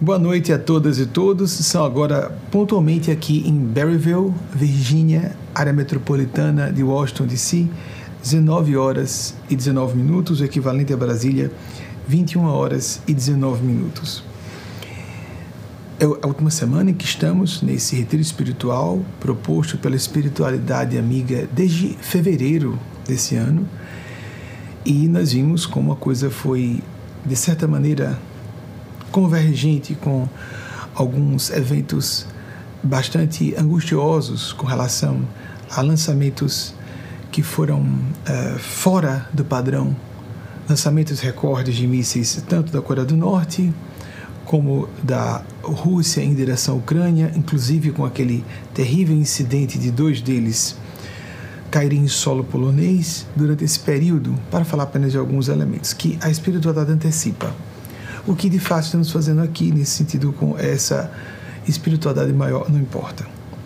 Boa noite a todas e todos. São agora pontualmente aqui em Berryville, Virgínia, área metropolitana de Washington, D.C., 19 horas e 19 minutos, o equivalente a Brasília, 21 horas e 19 minutos. É a última semana em que estamos nesse retiro espiritual proposto pela Espiritualidade Amiga desde fevereiro desse ano, e nós vimos como a coisa foi, de certa maneira, convergente com alguns eventos bastante angustiosos com relação a lançamentos que foram fora do padrão, lançamentos recordes de mísseis tanto da Coreia do Norte como da Rússia em direção à Ucrânia, inclusive com aquele terrível incidente de 2 deles caírem em solo polonês durante esse período, para falar apenas de alguns elementos que a espiritualidade antecipa. O que de fato estamos fazendo aqui, nesse sentido, com essa espiritualidade maior, não importa.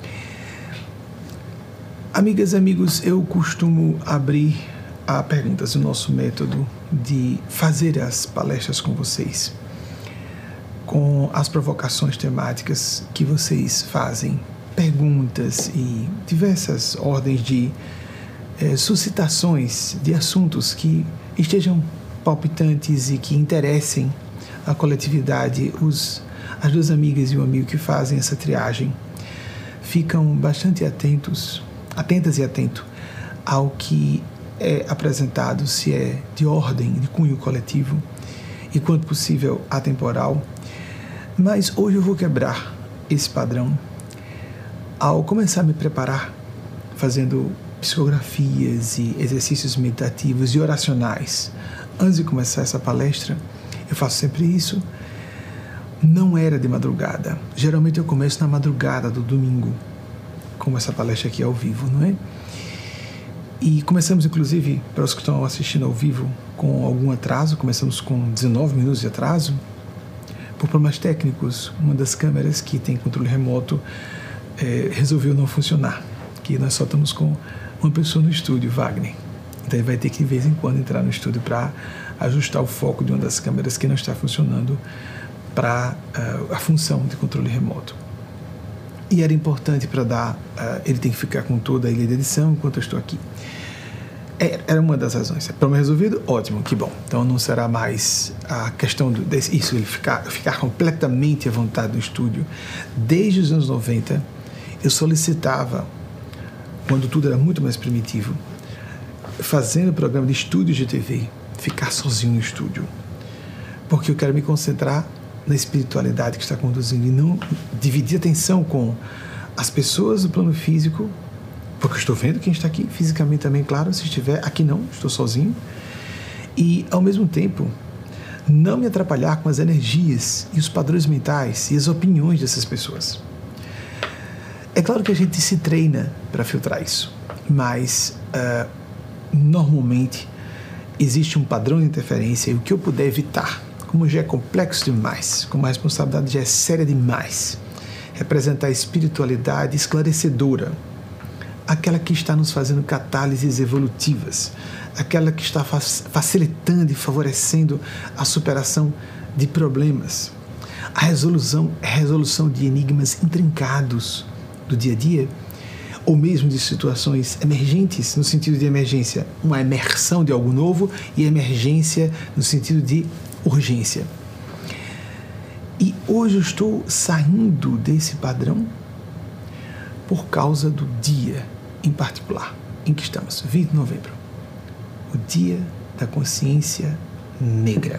Amigas e amigos, eu costumo abrir a perguntas, o nosso método de fazer as palestras com vocês, com as provocações temáticas que vocês fazem, perguntas e diversas ordens de suscitações de assuntos que estejam palpitantes e que interessem a coletividade. As duas amigas e o amigo que fazem essa triagem ficam bastante atentas e atento ao que é apresentado, se é de ordem, de cunho coletivo e, quanto possível, atemporal. Mas hoje eu vou quebrar esse padrão ao começar a me preparar, fazendo psicografias e exercícios meditativos e oracionais. Antes de começar essa palestra, eu faço sempre isso. Não era de madrugada. Geralmente eu começo na madrugada do domingo, como essa palestra aqui ao vivo, não é? E começamos, inclusive, para os que estão assistindo ao vivo, com algum atraso. Começamos com 19 minutos de atraso, por problemas técnicos. Uma das câmeras que tem controle remoto resolveu não funcionar, que nós só estamos com uma pessoa no estúdio, Wagner. Então ele vai ter que, de vez em quando, entrar no estúdio para ajustar o foco de uma das câmeras que não está funcionando para a função de controle remoto. E era importante para dar... ele tem que ficar com toda a ilha de edição enquanto eu estou aqui. Era uma das razões. Problema resolvido? Ótimo, que bom. Então não será mais a questão isso, ele ficar completamente à vontade no estúdio. Desde os anos 90, eu solicitava, quando tudo era muito mais primitivo, fazendo programa de estúdios de TV, ficar sozinho no estúdio, porque eu quero me concentrar na espiritualidade que está conduzindo e não dividir atenção com as pessoas do plano físico, porque eu estou vendo quem está aqui fisicamente também, claro. Se estiver aqui, não, estou sozinho, e ao mesmo tempo não me atrapalhar com as energias e os padrões mentais e as opiniões dessas pessoas. É claro que a gente se treina para filtrar isso, mas normalmente existe um padrão de interferência, e o que eu puder evitar, como já é complexo demais, como a responsabilidade já é séria demais, representar a espiritualidade esclarecedora, aquela que está nos fazendo catálises evolutivas, aquela que está facilitando e favorecendo a superação de problemas, a resolução de enigmas intrincados do dia a dia, ou mesmo de situações emergentes, no sentido de emergência, uma emersão de algo novo, e emergência no sentido de urgência. E hoje eu estou saindo desse padrão por causa do dia em particular em que estamos, 20 de novembro, o Dia da Consciência Negra.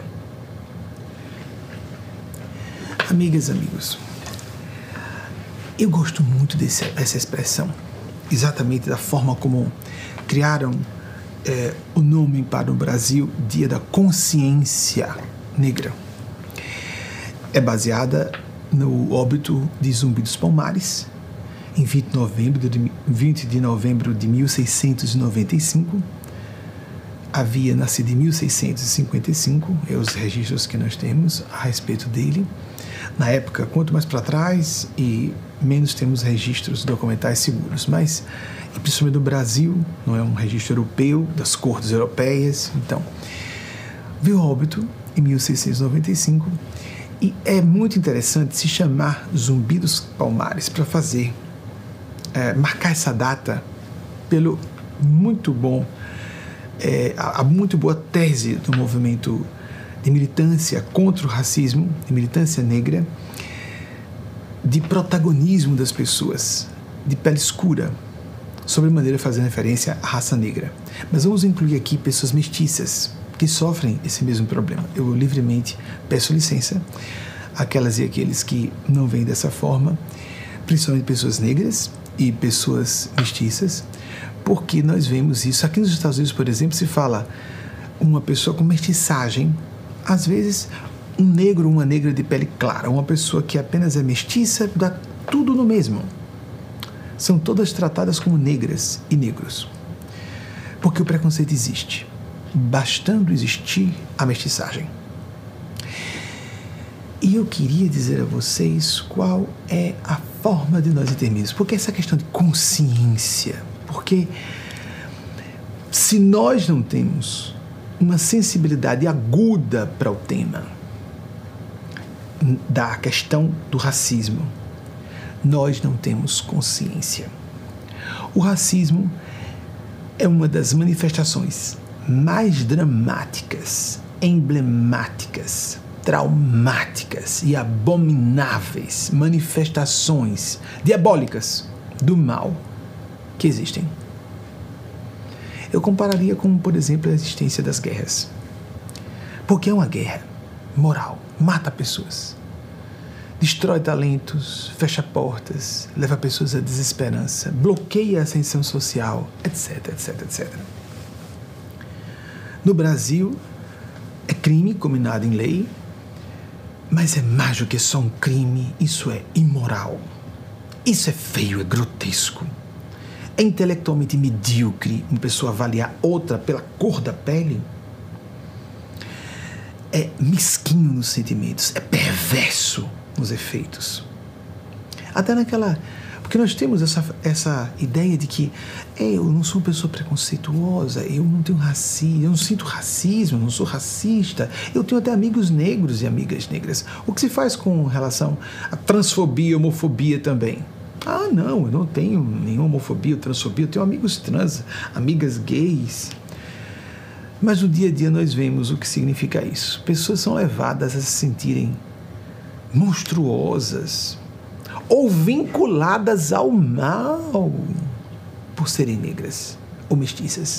Amigas e amigos, eu gosto muito dessa expressão, exatamente da forma como criaram o nome para o Brasil, Dia da Consciência Negra. É baseada no óbito de Zumbi dos Palmares, em 20 de novembro de 1695. Havia nascido em 1655, os registros que nós temos a respeito dele. Na época, quanto mais para trás, e menos temos registros documentais seguros, mas principalmente do Brasil, não é um registro europeu, das cortes europeias. Então, veio óbito em 1695 E é muito interessante se chamar Zumbi dos Palmares para fazer, marcar essa data pelo muito bom, a muito boa tese do movimento de militância contra o racismo, de militância negra, de protagonismo das pessoas de pele escura, sobremaneira fazendo referência à raça negra. Mas vamos incluir aqui pessoas mestiças que sofrem esse mesmo problema. Eu livremente peço licença àquelas e aqueles que não veem dessa forma, principalmente pessoas negras e pessoas mestiças, porque nós vemos isso. Aqui nos Estados Unidos, por exemplo, se fala uma pessoa com mestiçagem, às vezes um negro ou uma negra de pele clara, uma pessoa que apenas é mestiça, dá tudo no mesmo. São todas tratadas como negras e negros. Porque o preconceito existe, bastando existir a mestiçagem. E eu queria dizer a vocês qual é a forma de nós entendermos. Porque essa questão de consciência, porque se nós não temos uma sensibilidade aguda para o tema da questão do racismo, nós não temos consciência. O racismo é uma das manifestações mais dramáticas, emblemáticas, traumáticas e abomináveis manifestações diabólicas do mal que existem. Eu compararia com, por exemplo, a existência das guerras. Porque é uma guerra moral, mata pessoas, destrói talentos, fecha portas, leva pessoas à desesperança, bloqueia a ascensão social, etc, etc, etc. No Brasil, é crime combinado em lei, mas é mais do que só um crime, isso é imoral. Isso é feio, é grotesco. É intelectualmente medíocre uma pessoa avaliar outra pela cor da pele. É mesquinho nos sentimentos, é perverso nos efeitos. Até naquela... Porque nós temos essa ideia de que eu não sou uma pessoa preconceituosa, eu não tenho racismo, eu não sinto racismo, eu não sou racista, eu tenho até amigos negros e amigas negras. O que se faz com relação à transfobia e homofobia também? Ah, não, eu não tenho nenhuma homofobia ou transfobia, eu tenho amigos trans, amigas gays. Mas no dia a dia nós vemos o que significa isso. Pessoas são levadas a se sentirem monstruosas ou vinculadas ao mal por serem negras ou mestiças.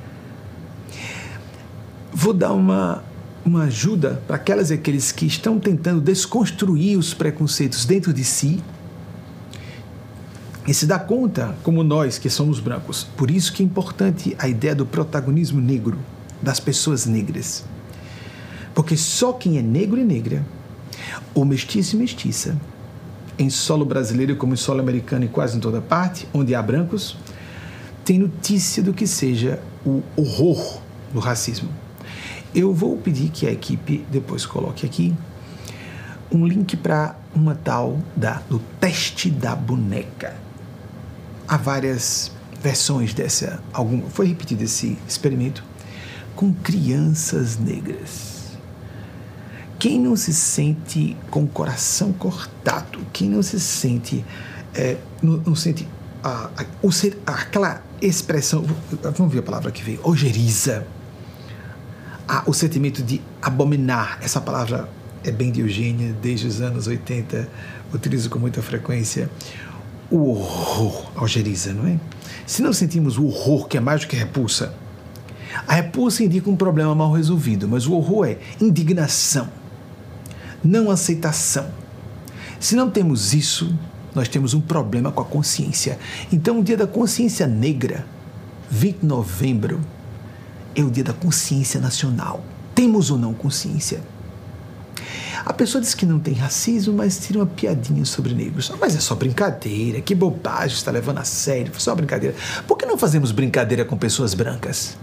Vou dar uma ajuda para aquelas e aqueles que estão tentando desconstruir os preconceitos dentro de si e se dar conta, como nós que somos brancos. Por isso que é importante a ideia do protagonismo negro, das pessoas negras. Porque só quem é negro e negra, ou mestiço e mestiça, em solo brasileiro como em solo americano e quase em toda parte, onde há brancos, tem notícia do que seja o horror do racismo. Eu vou pedir que a equipe depois coloque aqui um link para uma tal do teste da boneca. Há várias versões dessa, foi repetido esse experimento com crianças negras. Quem não se sente com o coração cortado, quem não se sente, não sente aquela expressão, vamos ver a palavra que veio, ojeriza, o sentimento de abominar, essa palavra é bem de Eugênia, desde os anos 80, utilizo com muita frequência, o horror, ojeriza, não é? Se não sentimos o horror, que é mais do que repulsa, a repulsa indica um problema mal resolvido, mas o horror é indignação, não aceitação. Se não temos isso, nós temos um problema com a consciência. Então, o dia da consciência negra, 20 de novembro, é o dia da consciência nacional. Temos ou não consciência? A pessoa diz que não tem racismo, mas tira uma piadinha sobre negros. Mas é só brincadeira, que bobagem, está levando a sério, foi só brincadeira. Por que não fazemos brincadeira com pessoas brancas?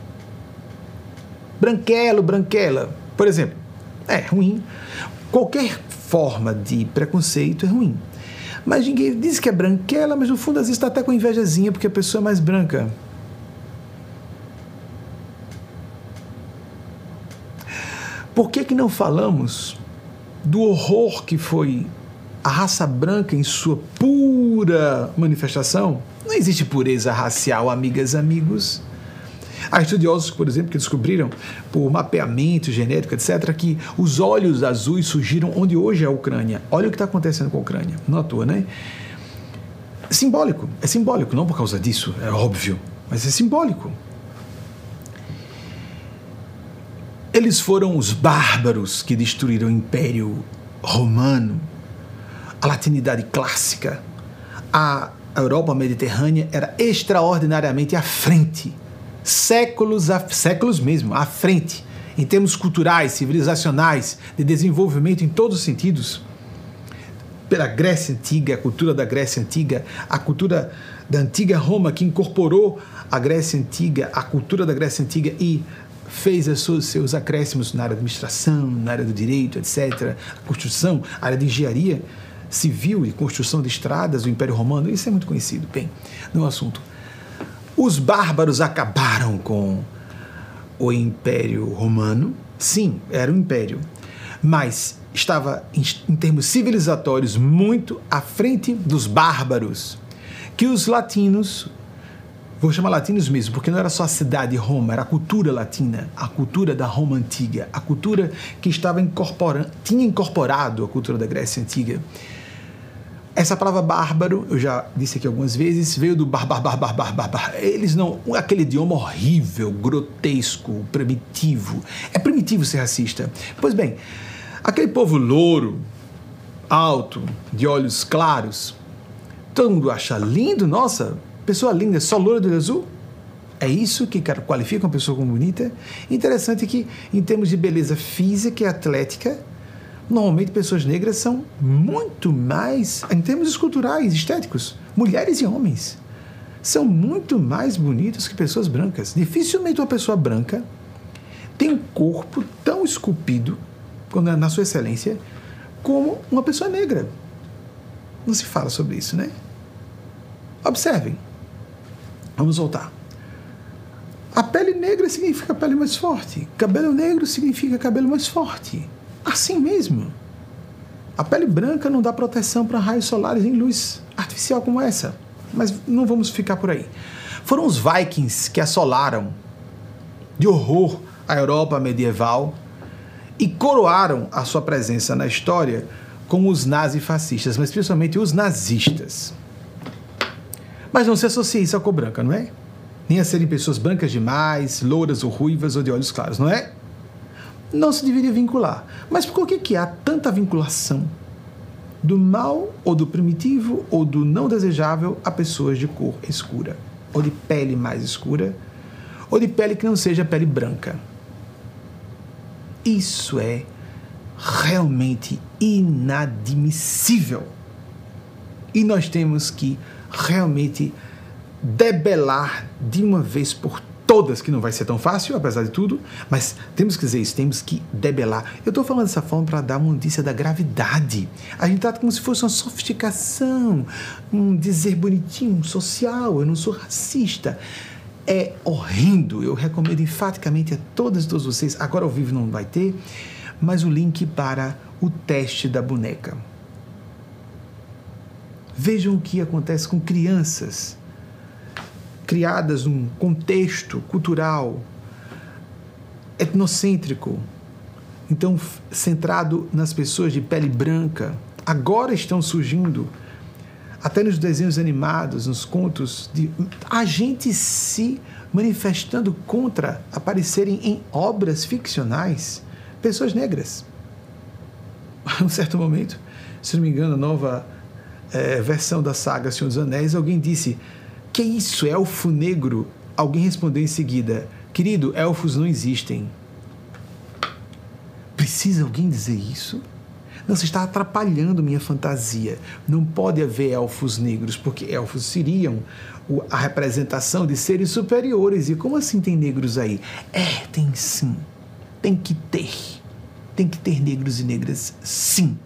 Branquela, por exemplo, é ruim. Qualquer forma de preconceito é ruim. Mas ninguém diz que é branquela, mas no fundo às vezes está até com invejazinha porque a pessoa é mais branca. Por que não falamos do horror que foi a raça branca em sua pura manifestação. Não existe pureza racial, amigas e amigos. Há estudiosos, por exemplo, que descobriram, por mapeamento genético, etc., que os olhos azuis surgiram onde hoje é a Ucrânia. Olha o que está acontecendo com a Ucrânia. Não à toa, né? É simbólico, não por causa disso, é óbvio, mas é simbólico. Eles foram os bárbaros que destruíram o Império Romano, a latinidade clássica. A Europa mediterrânea era extraordinariamente à frente, séculos mesmo, à frente, em termos culturais, civilizacionais, de desenvolvimento em todos os sentidos. Pela Grécia Antiga, a cultura da Grécia Antiga, a cultura da antiga Roma, que incorporou a Grécia Antiga, a cultura da Grécia Antiga e fez seus acréscimos na área da administração, na área do direito, etc., a construção, a área de engenharia civil e construção de estradas do Império Romano, isso é muito conhecido. Bem, no assunto. Os bárbaros acabaram com o Império Romano. Sim, era um império, mas estava, em termos civilizatórios, muito à frente dos bárbaros, que os latinos, vou chamar latinos mesmo, porque não era só a cidade de Roma, era a cultura latina, a cultura da Roma Antiga, a cultura que tinha incorporado a cultura da Grécia Antiga. Essa palavra bárbaro, eu já disse aqui algumas vezes, veio do barbar. Eles não, aquele idioma horrível, grotesco, primitivo. É primitivo ser racista. Pois bem, aquele povo louro, alto, de olhos claros, todo mundo acha lindo, nossa, pessoa linda, só loura de olho azul? É isso que qualifica uma pessoa como bonita? Interessante que, em termos de beleza física e atlética, normalmente pessoas negras são muito mais, em termos esculturais, estéticos, mulheres e homens, são muito mais bonitos que pessoas brancas. Dificilmente uma pessoa branca tem um corpo tão esculpido, na sua excelência, como uma pessoa negra. Não se fala sobre isso, né? Observem. Vamos voltar. A pele negra significa pele mais forte. Cabelo negro significa cabelo mais forte. Assim mesmo. A pele branca não dá proteção para raios solares em luz artificial como essa. Mas não vamos ficar por aí. Foram os vikings que assolaram de horror a Europa medieval e coroaram a sua presença na história com os nazifascistas, mas principalmente os nazistas. Mas não se associa isso à cor branca, não é? Nem a serem pessoas brancas demais, louras ou ruivas ou de olhos claros, não é? Não se deveria vincular. Mas por que há tanta vinculação do mal ou do primitivo ou do não desejável a pessoas de cor escura, ou de pele mais escura, ou de pele que não seja pele branca? Isso é realmente inadmissível. E nós temos que realmente debelar de uma vez por todas, que não vai ser tão fácil, apesar de tudo, mas temos que dizer isso, temos que debelar. Eu estou falando dessa forma para dar uma notícia da gravidade. A gente trata como se fosse uma sofisticação, um dizer bonitinho, social, eu não sou racista. É horrendo, eu recomendo enfaticamente a todas e todos vocês, agora ao vivo não vai ter, mas o link para o teste da boneca. Vejam o que acontece com crianças criadas num contexto cultural etnocêntrico, então centrado nas pessoas de pele branca. Agora estão surgindo, até nos desenhos animados, nos contos, a gente se manifestando contra aparecerem em obras ficcionais pessoas negras. A um certo momento, se não me engano, a nova versão da saga Senhor dos Anéis, alguém disse: que isso, elfo negro? Alguém respondeu em seguida: querido, elfos não existem. Precisa alguém dizer isso? Não, você está atrapalhando minha fantasia. Não pode haver elfos negros, porque elfos seriam a representação de seres superiores. E como assim tem negros aí? Tem sim. Tem que ter. Tem que ter negros e negras, sim.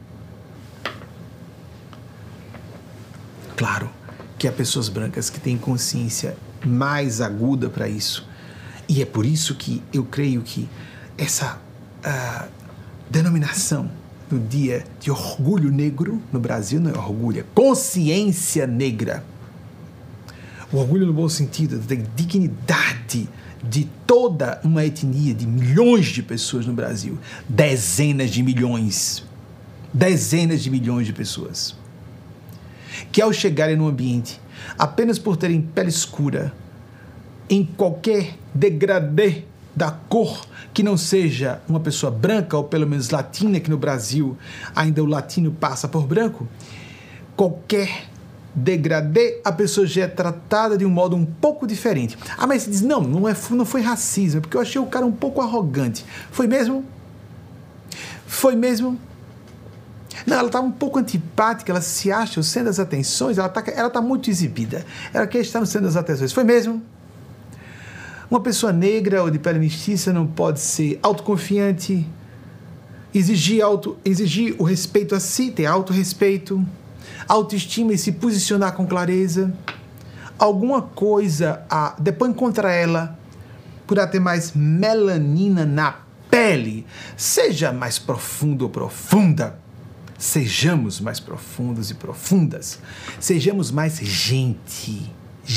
Claro que há pessoas brancas que têm consciência mais aguda para isso. E é por isso que eu creio que essa denominação no dia de orgulho negro no Brasil, não é orgulho, é consciência negra. O orgulho no bom sentido, da dignidade de toda uma etnia, de milhões de pessoas no Brasil, dezenas de milhões de pessoas, que ao chegarem no ambiente, apenas por terem pele escura, em qualquer degradê da cor que não seja uma pessoa branca, ou pelo menos latina, que no Brasil ainda o latino passa por branco, qualquer degradê, a pessoa já é tratada de um modo um pouco diferente. Ah, mas você diz, não foi racismo, é porque eu achei o cara um pouco arrogante. Foi mesmo? Foi mesmo? Não, ela está um pouco antipática, ela se acha o centro das atenções, ela tá muito exibida. Ela quer estar no centro das atenções. Foi mesmo? Uma pessoa negra ou de pele mestiça não pode ser autoconfiante, exigir o respeito a si, ter autorrespeito, autoestima e se posicionar com clareza. Alguma coisa depois contra ela, por ela ter mais melanina na pele, seja mais profundo ou profunda. Sejamos mais profundos e profundas. Sejamos mais gente.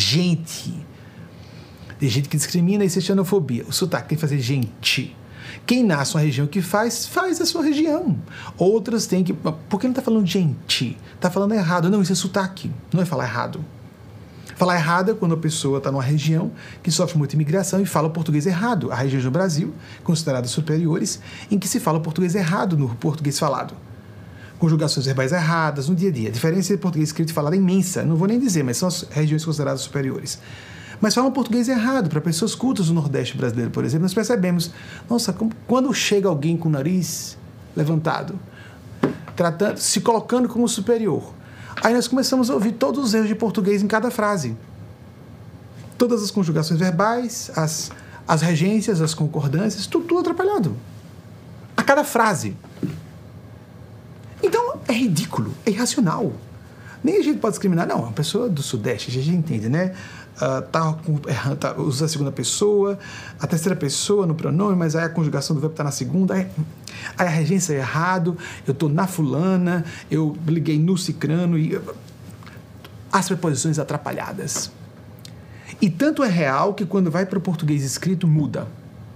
Tem gente que discrimina, isso é xenofobia. O sotaque tem que fazer gente. Quem nasce numa região que faz a sua região. Outras têm que... Por que não está falando gente? Está falando errado. Não, isso é sotaque. Não é falar errado. Falar errado é quando a pessoa está numa região que sofre muita imigração e fala o português errado. Há regiões do Brasil, consideradas superiores, em que se fala o português errado no português falado. Conjugações verbais erradas no dia a dia. A diferença entre português escrito e falado é imensa. Não vou nem dizer, mas são as regiões consideradas superiores. Mas falam português errado. Para pessoas cultas do Nordeste brasileiro, por exemplo, nós percebemos, nossa, quando chega alguém com o nariz levantado, se colocando como superior, aí nós começamos a ouvir todos os erros de português em cada frase. Todas as conjugações verbais, as regências, as concordâncias, tudo atrapalhado. A cada frase. Então, é ridículo, é irracional. Nem a gente pode discriminar, não, uma pessoa do Sudeste, a gente entende, né? Usa a segunda pessoa, a terceira pessoa no pronome, mas aí a conjugação do verbo está na segunda, aí a regência é errado, eu estou na fulana, eu liguei no cicrano, e as preposições atrapalhadas. E tanto é real que quando vai para o português escrito, muda.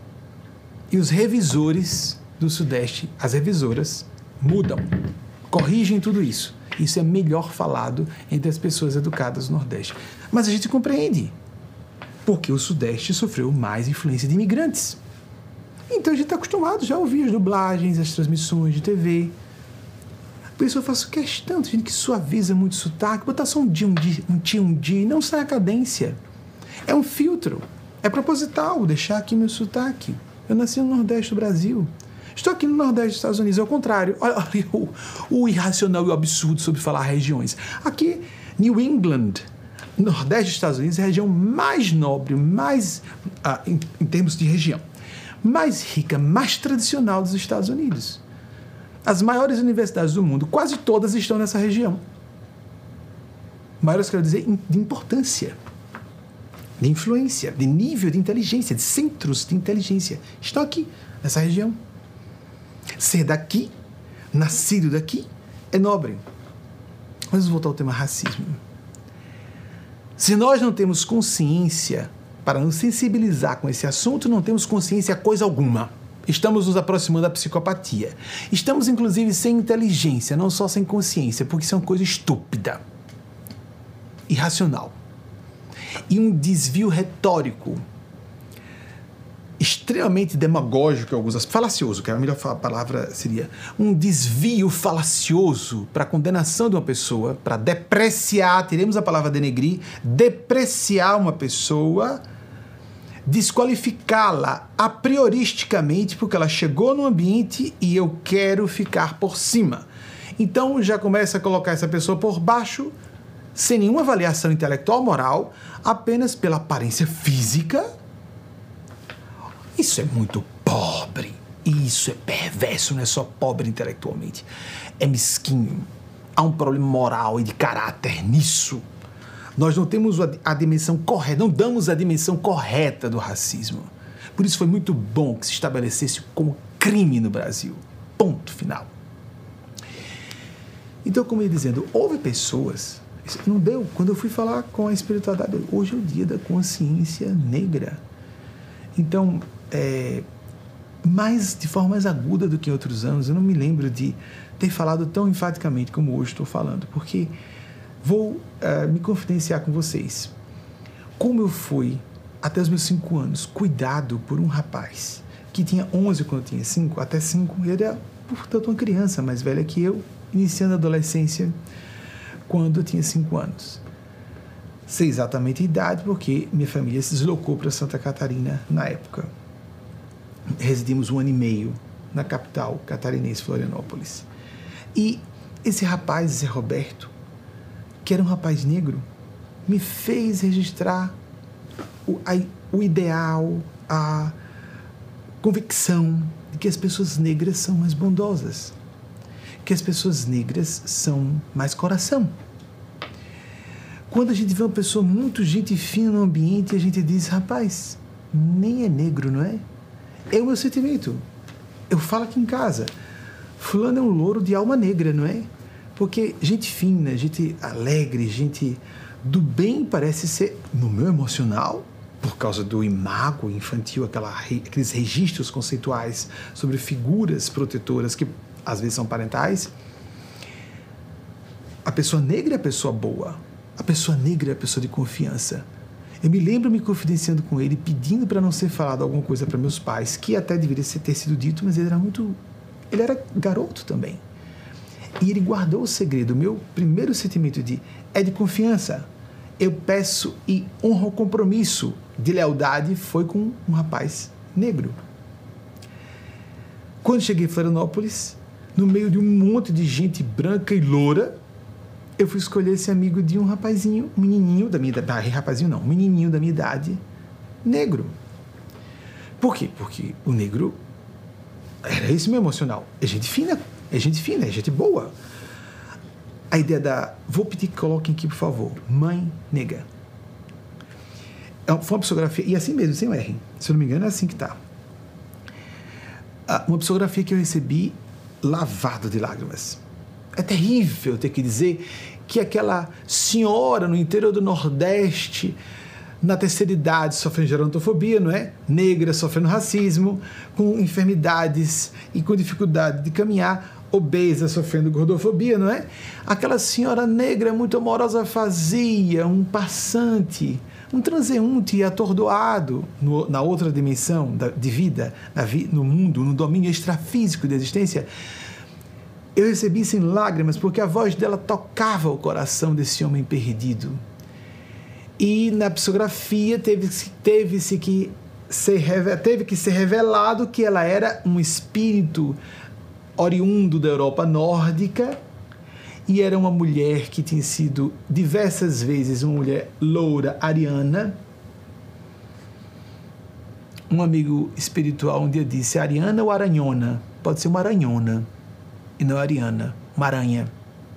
E os revisores do Sudeste, as revisoras, mudam, corrigem tudo isso. Isso é melhor falado entre as pessoas educadas do Nordeste. Mas a gente compreende, porque o Sudeste sofreu mais influência de imigrantes. Então a gente está acostumado já a ouvir as dublagens, as transmissões de TV. Por isso eu faço questão, tem gente que suaviza muito o sotaque, botar só um dia, não sai a cadência. É um filtro, é proposital deixar aqui meu sotaque. Eu nasci no Nordeste do Brasil. Estou aqui no Nordeste dos Estados Unidos, é o contrário. Olha o irracional e o absurdo sobre falar regiões. Aqui, New England, Nordeste dos Estados Unidos, é a região mais nobre, em termos de região, mais rica, mais tradicional dos Estados Unidos. As maiores universidades do mundo, quase todas estão nessa região. Maiores, quero dizer, de importância, de influência, de nível de inteligência, de centros de inteligência. Estão aqui, nessa região. Ser daqui, nascido daqui, é nobre. Vamos voltar ao tema racismo. Se nós não temos consciência para nos sensibilizar com esse assunto, não temos consciência coisa alguma. Estamos nos aproximando da psicopatia. Estamos, inclusive, sem inteligência, não só sem consciência, porque isso é uma coisa estúpida, irracional. E um desvio retórico extremamente demagógico, falacioso, que a melhor palavra seria um desvio falacioso para a condenação de uma pessoa, para depreciar, teremos a palavra denegrir, depreciar uma pessoa, desqualificá-la a prioristicamente porque ela chegou no ambiente e eu quero ficar por cima. Então já começa a colocar essa pessoa por baixo, sem nenhuma avaliação intelectual, moral, apenas pela aparência física. Isso é muito pobre, isso é perverso, não é só pobre intelectualmente, é mesquinho, há um problema moral e de caráter nisso. Nós não temos a dimensão correta, não damos a dimensão correta do racismo. Por isso foi muito bom que se estabelecesse como crime no Brasil. Ponto final. Então, como eu ia dizendo, houve pessoas, não deu, quando eu fui falar com a espiritualidade, hoje é o dia da consciência negra. Então, de forma mais aguda do que em outros anos, eu não me lembro de ter falado tão enfaticamente como hoje estou falando, porque vou me confidenciar com vocês. Como eu fui, até os meus 5 anos, cuidado por um rapaz que tinha 11 quando eu tinha 5, até 5, ele era, portanto, uma criança mais velha que eu, iniciando a adolescência quando eu tinha 5 anos. Sei exatamente a idade, porque minha família se deslocou para Santa Catarina na época. Residimos 1 ano e meio na capital catarinense, Florianópolis. E esse rapaz, Zé Roberto, que era um rapaz negro, me fez registrar o ideal, a convicção de que as pessoas negras são mais bondosas, que as pessoas negras são mais coração. Quando a gente vê uma pessoa muito gente fina no ambiente, a gente diz, rapaz, nem é negro, não é? É o meu sentimento. Eu falo aqui em casa, fulano é um louro de alma negra, não é? Porque gente fina, gente alegre, gente do bem parece ser, no meu emocional, por causa do imago infantil, aqueles registros conceituais sobre figuras protetoras que às vezes são parentais, a pessoa negra é a pessoa boa, a pessoa negra é a pessoa de confiança. Eu me lembro me confidenciando com ele, pedindo para não ser falado alguma coisa para meus pais, que até deveria ter sido dito, mas ele era garoto também. E ele guardou o segredo. O meu primeiro sentimento é de confiança. Eu peço e honro o compromisso de lealdade foi com um rapaz negro. Quando cheguei em Florianópolis, no meio de um monte de gente branca e loura, eu fui escolher esse amigo de um rapazinho, um menininho da minha idade, um menininho da minha idade, negro. Por quê? Porque o negro era esse meu emocional. É gente fina, é gente boa. A ideia vou pedir que coloquem aqui, por favor, mãe nega. Foi uma psicografia, e assim mesmo, sem o R, se eu não me engano é assim que está. Uma psicografia que eu recebi lavado de lágrimas. É terrível ter que dizer que aquela senhora no interior do Nordeste, na terceira idade, sofrendo gerontofobia, não é? Negra, sofrendo racismo, com enfermidades e com dificuldade de caminhar, obesa, sofrendo gordofobia, não é? Aquela senhora negra muito amorosa fazia um passante, um transeunte atordoado na outra dimensão de vida, no mundo, no domínio extrafísico da existência. Eu recebi isso em lágrimas, porque a voz dela tocava o coração desse homem perdido. E na psicografia teve que ser revelado que ela era um espírito oriundo da Europa nórdica e era uma mulher que tinha sido diversas vezes uma mulher loura, ariana. Um amigo espiritual um dia disse, ariana ou aranhona? Pode ser uma aranhona e não ariana, uma aranha.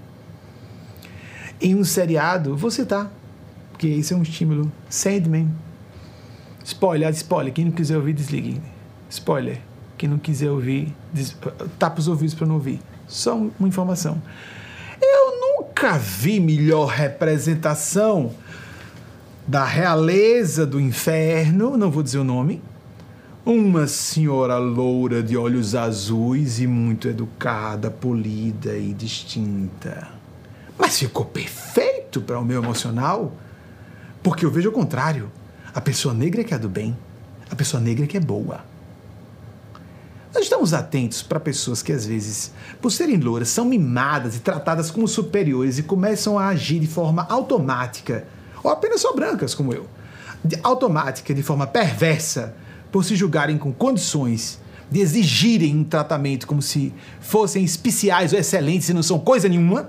Em um seriado, vou citar, porque isso é um estímulo, Sandman. Spoiler, quem não quiser ouvir, desligue. Spoiler, quem não quiser ouvir, tapa os ouvidos para não ouvir. Só uma informação. Eu nunca vi melhor representação da realeza do inferno, não vou dizer o nome, uma senhora loura de olhos azuis e muito educada, polida e distinta. Mas ficou perfeito para o meu emocional, porque eu vejo o contrário. A pessoa negra que é do bem, a pessoa negra que é boa. Nós estamos atentos para pessoas que, às vezes, por serem louras, são mimadas e tratadas como superiores e começam a agir de forma automática, ou apenas só brancas, como eu, automática, de forma perversa, por se julgarem com condições de exigirem um tratamento como se fossem especiais ou excelentes e não são coisa nenhuma,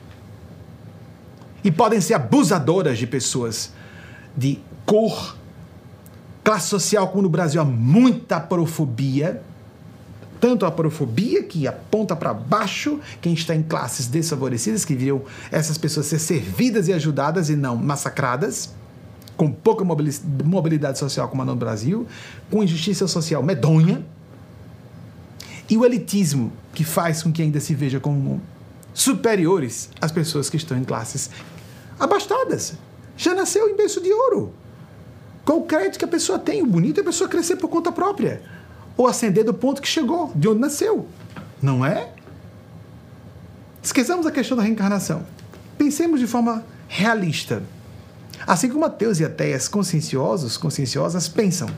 e podem ser abusadoras de pessoas de cor, classe social, como no Brasil há muita aporofobia, tanto a aporofobia que aponta para baixo quem está em classes desfavorecidas, que viriam essas pessoas ser servidas e ajudadas e não massacradas, com pouca mobilidade social como a no Brasil, com injustiça social medonha, e o elitismo, que faz com que ainda se veja como superiores às pessoas que estão em classes abastadas. Já nasceu em berço de ouro. Qual o crédito que a pessoa tem? O bonito é a pessoa crescer por conta própria. Ou ascender do ponto que chegou, de onde nasceu. Não é? Esqueçamos a questão da reencarnação. Pensemos de forma realista. Assim como ateus e ateias conscienciosas pensam.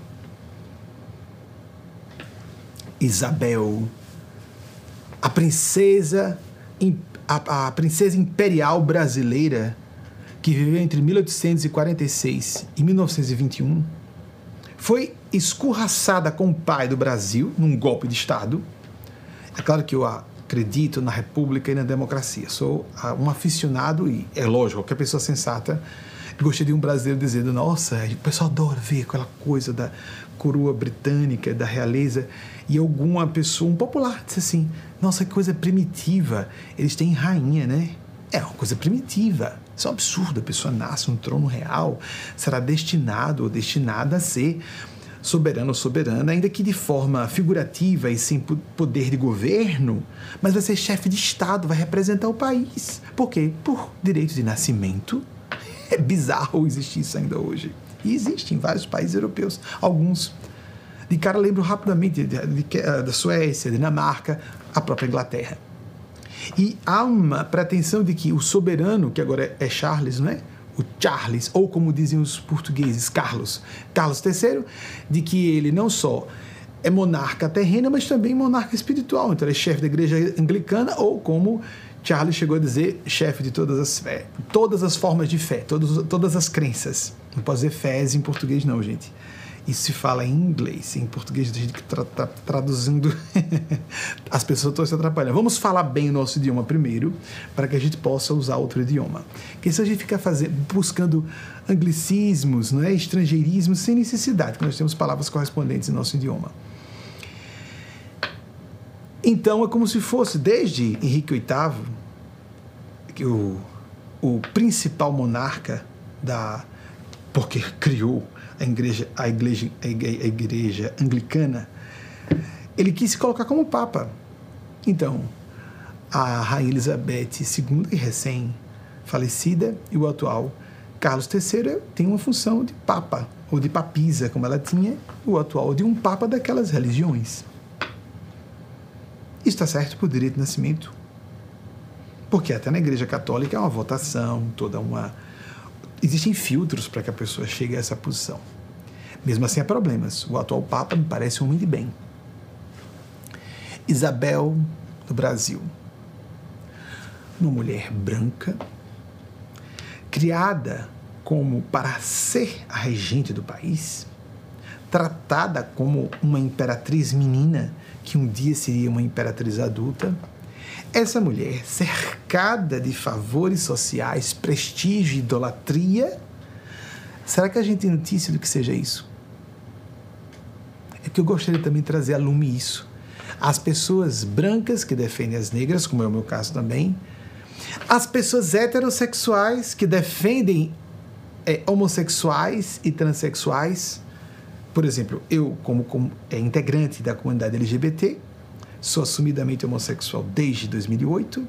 Isabel, a princesa imperial brasileira, que viveu entre 1846 e 1921, foi escorraçada com o pai do Brasil num golpe de Estado. É claro que eu acredito na República e na democracia. Sou um aficionado e, é lógico, qualquer pessoa sensata gostaria de um brasileiro dizendo: nossa, o pessoal adora ver aquela coisa da coroa britânica, da realeza, e alguma pessoa, um popular, disse assim: nossa, que coisa primitiva, eles têm rainha, né? É uma coisa primitiva, isso é um absurdo, a pessoa nasce no trono real, será destinado ou destinada a ser soberano ou soberana, ainda que de forma figurativa e sem poder de governo, mas vai ser chefe de Estado, vai representar o país. Por quê? Por direito de nascimento. É bizarro existir isso ainda hoje. E existe em vários países europeus. Alguns. De cara, lembro rapidamente da Suécia, Dinamarca, a própria Inglaterra. E há uma pretensão de que o soberano, que agora é Charles, não é? O Charles, ou como dizem os portugueses, Carlos III, de que ele não só é monarca terrena, mas também monarca espiritual. Então ele é chefe da igreja anglicana, ou como Charles chegou a dizer, chefe de todas as fé, todas as formas de fé, todas as crenças. Não posso dizer fés em português não, gente. Isso se fala em inglês, em português a gente está traduzindo, as pessoas estão se atrapalhando. Vamos falar bem o nosso idioma primeiro, para que a gente possa usar outro idioma. Porque se a gente ficar buscando anglicismos, não é? Estrangeirismos, sem necessidade, porque nós temos palavras correspondentes em nosso idioma. Então é como se fosse, desde Henrique VIII, que o principal monarca porque criou a igreja anglicana, ele quis se colocar como papa. Então, a rainha Elizabeth II, recém-falecida, e o atual Carlos III tem uma função de papa, ou de papisa, como ela tinha, o atual de um papa daquelas religiões. Isso está certo por direito de nascimento. Porque até na Igreja Católica é uma votação, existem filtros para que a pessoa chegue a essa posição. Mesmo assim, há problemas. O atual Papa me parece um homem de bem. Isabel, do Brasil. Uma mulher branca, criada como para ser a regente do país, tratada como uma imperatriz menina, que um dia seria uma imperatriz adulta. Essa mulher, cercada de favores sociais, prestígio e idolatria, será que a gente tem notícia do que seja isso? É que eu gostaria também de trazer a lume isso. As pessoas brancas que defendem as negras, como é o meu caso também, as pessoas heterossexuais que defendem homossexuais e transexuais. Por exemplo, eu, como integrante da comunidade LGBT, sou assumidamente homossexual desde 2008.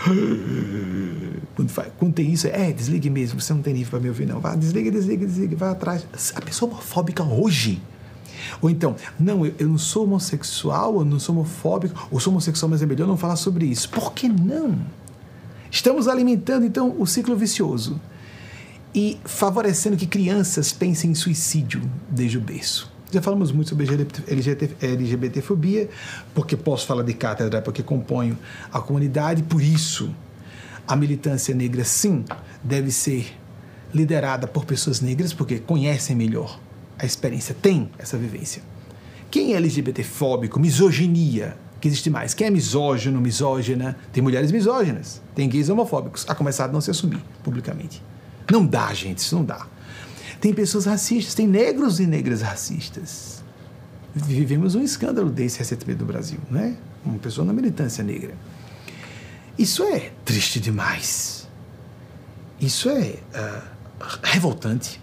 Quando tem isso, desligue mesmo, você não tem nível para me ouvir, não. Vá, desliga, vai atrás. A pessoa homofóbica hoje. Ou então, não, eu não sou homossexual, eu não sou homofóbico, ou sou homossexual, mas é melhor não falar sobre isso. Por que não? Estamos alimentando, então, o ciclo vicioso e favorecendo que crianças pensem em suicídio desde o berço. Já falamos muito sobre LGBTfobia, porque posso falar de cátedra, porque componho a comunidade, por isso a militância negra, sim, deve ser liderada por pessoas negras, porque conhecem melhor a experiência, tem essa vivência. Quem é LGBTfóbico, misoginia, que existe mais? Quem é misógino, misógina? Tem mulheres misóginas, tem gays homofóbicos, a começar a não se assumir publicamente. Não dá, gente, isso não dá. Tem pessoas racistas, tem negros e negras racistas. Vivemos um escândalo desse recentemente no Brasil, né? Uma pessoa na militância negra. Isso é triste demais. Isso é revoltante.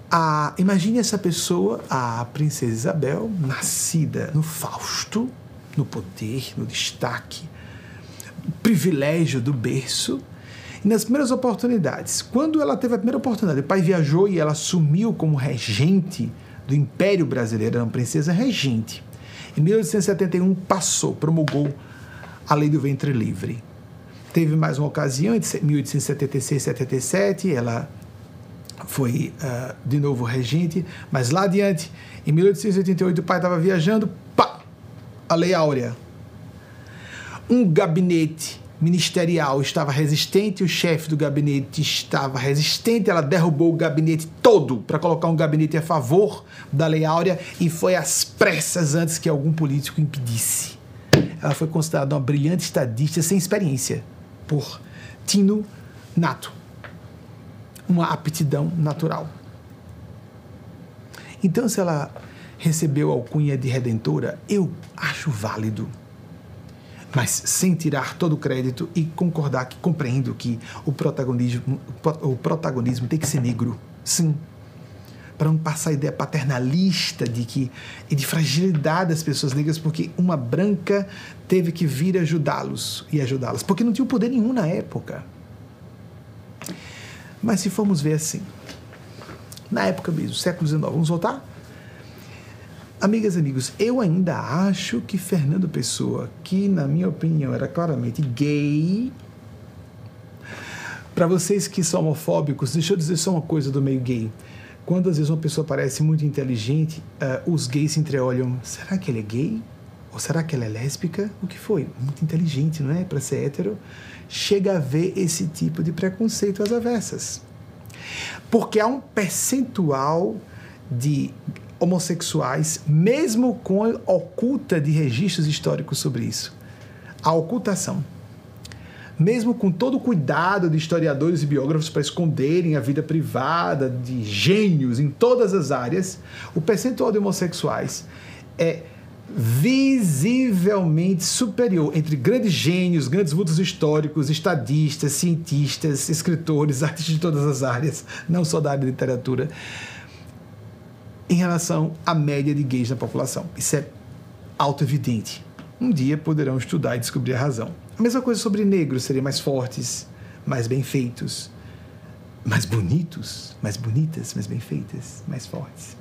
Imagine essa pessoa, a princesa Isabel, nascida no Fausto, no poder, no destaque, privilégio do berço. E nas primeiras oportunidades, quando ela teve a primeira oportunidade, o pai viajou e ela assumiu como regente do Império Brasileiro, era uma princesa regente. Em 1871 promulgou a Lei do Ventre Livre. Teve mais uma ocasião, em 1876 e 77, ela foi de novo regente, mas lá adiante, em 1888, o pai estava viajando, a Lei Áurea. Um gabinete ministerial estava resistente, o chefe do gabinete estava resistente, ela derrubou o gabinete todo para colocar um gabinete a favor da Lei Áurea e foi às pressas antes que algum político impedisse. Ela foi considerada uma brilhante estadista sem experiência, por tino nato, uma aptidão natural. Então, se ela recebeu a alcunha de redentora, eu acho válido, mas sem tirar todo o crédito e compreendo que o protagonismo tem que ser negro, sim, para não passar a ideia paternalista e de fragilidade das pessoas negras, porque uma branca teve que vir ajudá-las, porque não tinha poder nenhum na época. Mas se formos ver assim, na época mesmo, século XIX, vamos voltar? Amigas e amigos, eu ainda acho que Fernando Pessoa, que na minha opinião era claramente gay, para vocês que são homofóbicos, deixa eu dizer só uma coisa do meio gay. Quando às vezes uma pessoa parece muito inteligente, os gays se entreolham, será que ele é gay? Ou será que ela é lésbica? O que foi? Muito inteligente, não é? Para ser hétero, chega a ver esse tipo de preconceito às avessas. Porque há um percentual de homossexuais, mesmo com a oculta de registros históricos sobre isso. A ocultação. Mesmo com todo o cuidado de historiadores e biógrafos para esconderem a vida privada de gênios em todas as áreas, o percentual de homossexuais é visivelmente superior entre grandes gênios, grandes vultos históricos, estadistas, cientistas, escritores, artistas de todas as áreas, não só da área de literatura, em relação à média de gays na população. Isso é auto-evidente. Um dia poderão estudar e descobrir a razão. A mesma coisa sobre negros, seriam mais fortes, mais bem feitos, mais bonitos, mais bonitas, mais bem feitas, mais fortes.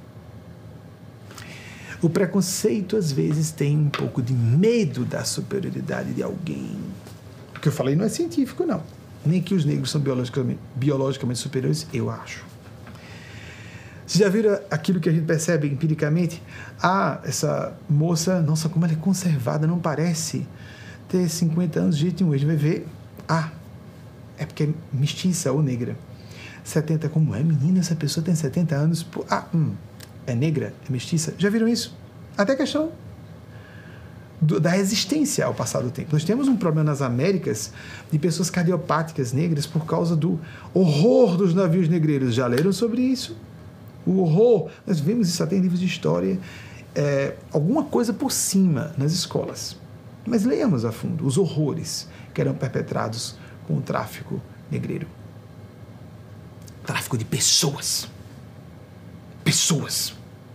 O preconceito, às vezes, tem um pouco de medo da superioridade de alguém. O que eu falei não é científico, não. Nem que os negros são biologicamente superiores, eu acho. Vocês já viram aquilo que a gente percebe empiricamente? Essa moça, nossa, como ela é conservada, não parece ter 50 anos de jeito nenhum. A gente vai ver, é porque é mestiça ou negra. 70, como é, menina, essa pessoa tem 70 anos, é negra, é mestiça. Já viram isso? Até a questão da resistência ao passar do tempo. Nós temos um problema nas Américas de pessoas cardiopáticas negras por causa do horror dos navios negreiros. Já leram sobre isso? O horror, nós vemos isso até em livros de história, alguma coisa por cima nas escolas. Mas leiamos a fundo os horrores que eram perpetrados com o tráfico negreiro. Tráfico de pessoas. Pessoas.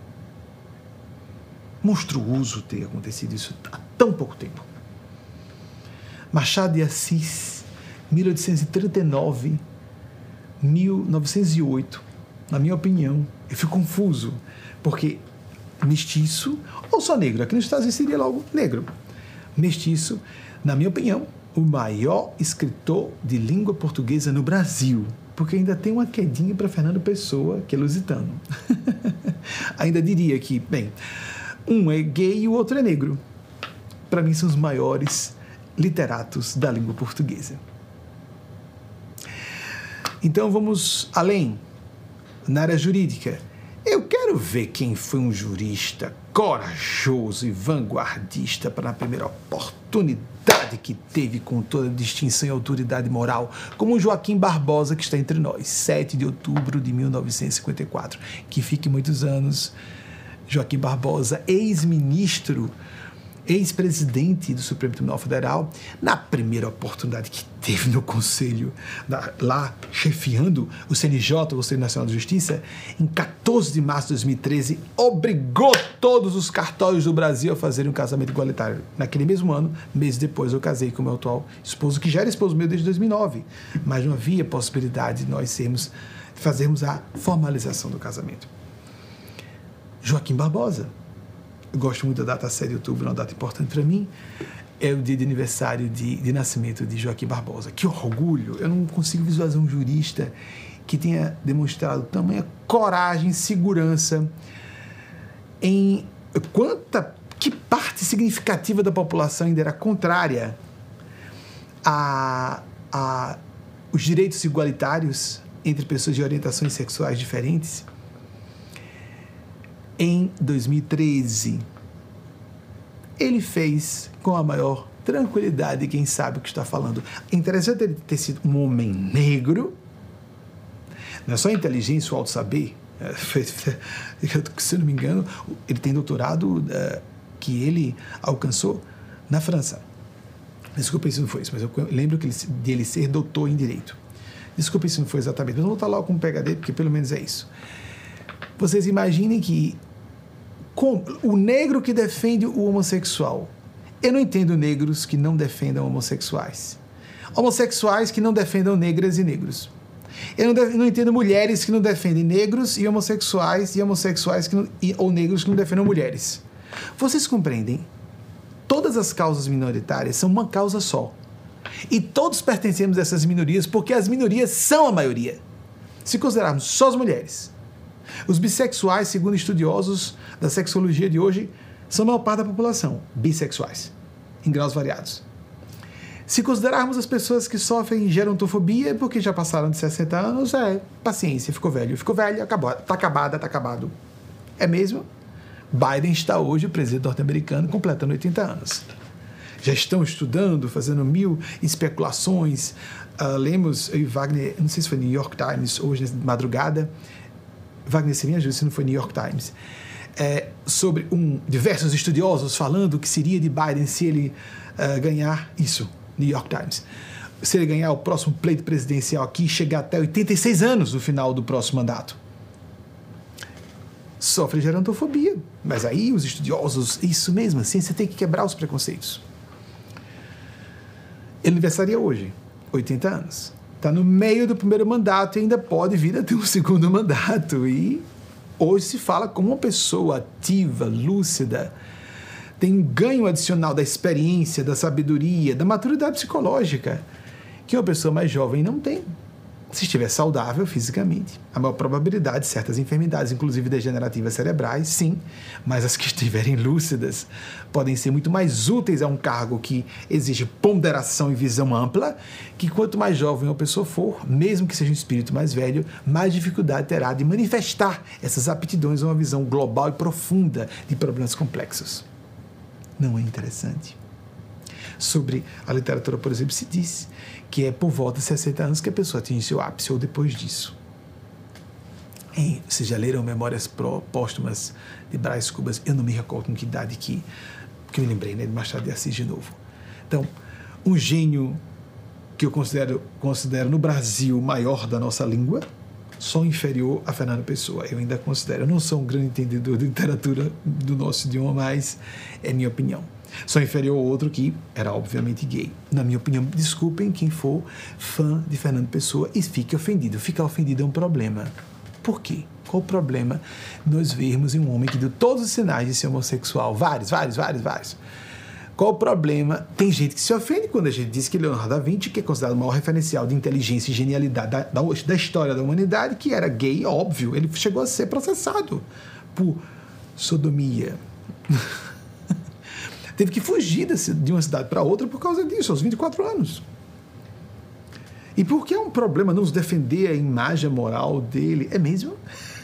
Monstruoso ter acontecido isso há tão pouco tempo. Machado de Assis, 1839, 1908. Na minha opinião, eu fico confuso, porque mestiço ou só negro? Aqui nos Estados Unidos seria logo negro. Mestiço, na minha opinião, o maior escritor de língua portuguesa no Brasil, porque ainda tem uma quedinha para Fernando Pessoa, que é lusitano. Ainda diria que, bem, um é gay e o outro é negro. Para mim, são os maiores literatos da língua portuguesa. Então, vamos além. Na área jurídica, eu quero ver quem foi um jurista corajoso e vanguardista para, na primeira oportunidade que teve, com toda a distinção e autoridade moral, como Joaquim Barbosa, que está entre nós, 7 de outubro de 1954. Que fique muitos anos, Joaquim Barbosa, ex-ministro ex-presidente do Supremo Tribunal Federal, na primeira oportunidade que teve no Conselho, lá chefiando o CNJ, o Conselho Nacional de Justiça, em 14 de março de 2013, obrigou todos os cartórios do Brasil a fazerem um casamento igualitário. Naquele mesmo ano, meses depois, eu casei com o meu atual esposo, que já era esposo meu desde 2009, mas não havia possibilidade de nós fazermos a formalização do casamento. Joaquim Barbosa. Eu gosto muito da data 7 de outubro, uma data importante para mim. É o dia de aniversário de nascimento de Joaquim Barbosa. Que orgulho! Eu não consigo visualizar um jurista que tenha demonstrado tamanha coragem, segurança em que parte significativa da população ainda era contrária a os direitos igualitários entre pessoas de orientações sexuais diferentes. Em 2013, ele fez com a maior tranquilidade, quem sabe o que está falando. É interessante ele ter sido um homem negro, não é só inteligência ou auto-saber, se eu não me engano, ele tem doutorado que ele alcançou na França. Desculpa se não foi isso, mas eu lembro de ele ser doutor em Direito. Desculpa se não foi exatamente, mas vamos voltar logo com o PhD, porque pelo menos é isso. Vocês imaginem que o negro que defende o homossexual. Eu não entendo negros que não defendam homossexuais. Homossexuais que não defendam negras e negros. Eu não entendo mulheres que não defendem negros e homossexuais ou negros que não defendam mulheres. Vocês compreendem? Todas as causas minoritárias são uma causa só. E todos pertencemos a essas minorias porque as minorias são a maioria. Se considerarmos só as mulheres, os bissexuais, segundo estudiosos da sexologia de hoje, são a maior parte da população, bissexuais, em graus variados. Se considerarmos as pessoas que sofrem gerontofobia porque já passaram de 60 anos, paciência, ficou velho, acabou, tá acabado. É mesmo? Biden está hoje, o presidente norte-americano, completando 80 anos. Já estão estudando, fazendo 1000 especulações. Lemos, eu e Wagner, não sei se foi New York Times, hoje de madrugada, Wagner, se me ajuda se não foi New York Times, sobre diversos estudiosos falando o que seria de Biden se ele ganhar isso, New York Times, se ele ganhar o próximo pleito presidencial aqui e chegar até 86 anos no final do próximo mandato. Sofre gerontofobia, mas aí os estudiosos, isso mesmo, a ciência tem que quebrar os preconceitos. Ele aniversaria hoje, 80 anos. Está no meio do primeiro mandato e ainda pode vir a ter um segundo mandato. E hoje se fala como uma pessoa ativa, lúcida, tem um ganho adicional da experiência, da sabedoria, da maturidade psicológica, que uma pessoa mais jovem não tem. Se estiver saudável fisicamente, a maior probabilidade de certas enfermidades, inclusive degenerativas cerebrais, sim, mas as que estiverem lúcidas podem ser muito mais úteis a um cargo que exige ponderação e visão ampla, que quanto mais jovem uma pessoa for, mesmo que seja um espírito mais velho, mais dificuldade terá de manifestar essas aptidões a uma visão global e profunda de problemas complexos. Não é interessante? Sobre a literatura, por exemplo, se diz que é por volta de 60 anos que a pessoa atinge seu ápice, ou depois disso. Vocês já leram Memórias Póstumas de Brás Cubas? Eu não me recordo com que idade que eu me lembrei, né, de Machado de Assis de novo. Então, um gênio que eu considero no Brasil o maior da nossa língua, só inferior a Fernando Pessoa. Eu ainda considero. Eu não sou um grande entendedor de literatura do nosso idioma, mas é minha opinião. Só inferior ao outro que era obviamente gay. Na minha opinião, desculpem quem for fã de Fernando Pessoa e fique ofendido. Ficar ofendido é um problema. Por quê? Qual o problema nós vermos em um homem que deu todos os sinais de ser homossexual? Vários. Qual o problema? Tem gente que se ofende quando a gente diz que Leonardo da Vinci, que é considerado o maior referencial de inteligência e genialidade da história da humanidade, que era gay, óbvio, ele chegou a ser processado por sodomia. Teve que fugir de uma cidade para outra por causa disso, aos 24 anos. E por que é um problema não defender a imagem moral dele? É mesmo?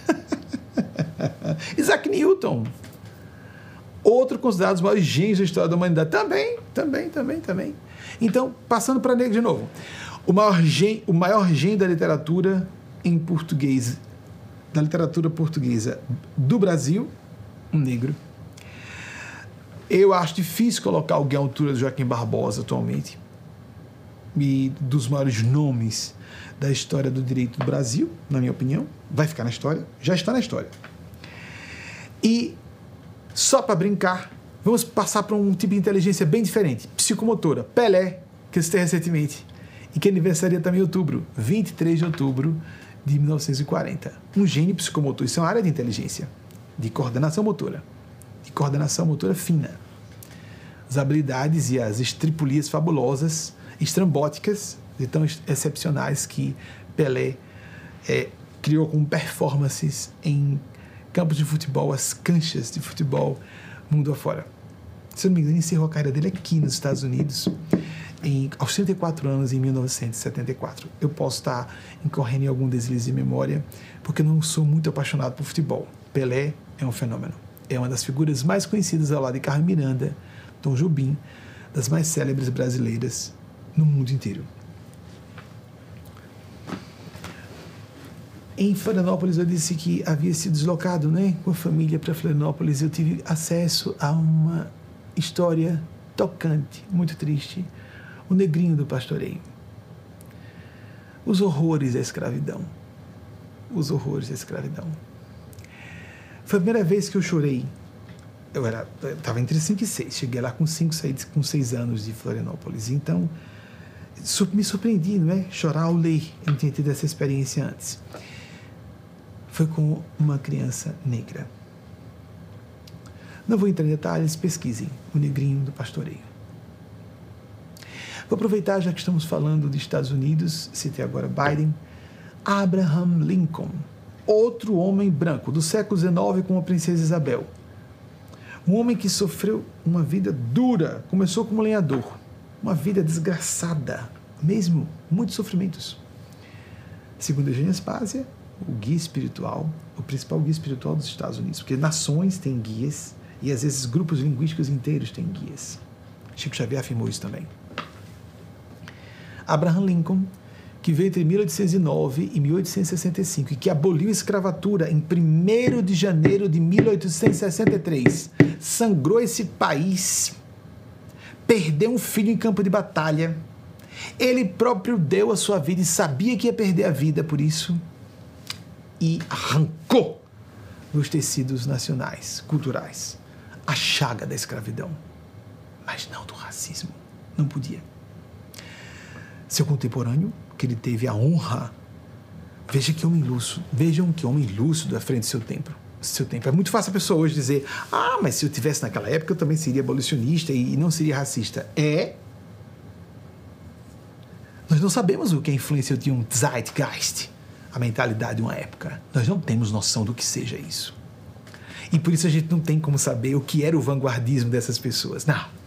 Isaac Newton, outro considerado os maiores gênios da história da humanidade, também. Então, passando para negro de novo, o maior gênio da literatura em português, da literatura portuguesa do Brasil, um negro. Eu acho difícil colocar alguém à altura do Joaquim Barbosa atualmente, e dos maiores nomes da história do direito do Brasil, na minha opinião. Vai ficar na história, já está na história. E, só para brincar, vamos passar para um tipo de inteligência bem diferente, psicomotora. Pelé, que eu citei recentemente, e que aniversaria também em outubro, 23 de outubro de 1940. Um gênio psicomotor, isso é uma área de inteligência, de coordenação motora fina. As habilidades e as estripulias fabulosas, estrambóticas e tão excepcionais que Pelé criou com performances em campos de futebol, as canchas de futebol mundo afora. Se eu não me engano, encerrou a carreira dele aqui nos Estados Unidos aos 34 anos, em 1974. Eu posso estar incorrendo em algum deslize de memória, porque eu não sou muito apaixonado por futebol. Pelé é um fenômeno. É uma das figuras mais conhecidas ao lado de Carmen Miranda, Tom Jobim, das mais célebres brasileiras no mundo inteiro. Em Florianópolis, eu disse que havia sido deslocado, com a família para Florianópolis. Eu tive acesso a uma história tocante, muito triste, o negrinho do pastoreio. Os horrores da escravidão. Foi a primeira vez que eu chorei. Eu estava entre 5 e 6. Cheguei lá com 5, saí com 6 anos de Florianópolis. Então, me surpreendi, chorar ao ler. Eu não tinha tido essa experiência antes. Foi com uma criança negra. Não vou entrar em detalhes, pesquisem. O negrinho do pastoreio. Vou aproveitar, já que estamos falando dos Estados Unidos, citei agora Biden, Abraham Lincoln, outro homem branco do século XIX com a princesa Isabel. Um homem que sofreu uma vida dura, começou como lenhador, uma vida desgraçada, mesmo muitos sofrimentos. Segundo Eugênio Aspásia, o guia espiritual, o principal guia espiritual dos Estados Unidos, porque nações têm guias e às vezes grupos linguísticos inteiros têm guias. Chico Xavier afirmou isso também. Abraham Lincoln, que veio entre 1809 e 1865 e que aboliu a escravatura em 1º de janeiro de 1863, sangrou esse país, perdeu um filho em campo de batalha, ele próprio deu a sua vida e sabia que ia perder a vida por isso, e arrancou dos tecidos nacionais, culturais, a chaga da escravidão, mas não do racismo, não podia. Seu contemporâneo, que ele teve a honra, vejam que homem lúcido à frente do seu tempo. É muito fácil a pessoa hoje dizer, mas se eu tivesse naquela época eu também seria abolicionista e não seria racista. Nós não sabemos o que é a influência de um Zeitgeist, a mentalidade de uma época. Nós não temos noção do que seja isso. E por isso a gente não tem como saber o que era o vanguardismo dessas pessoas.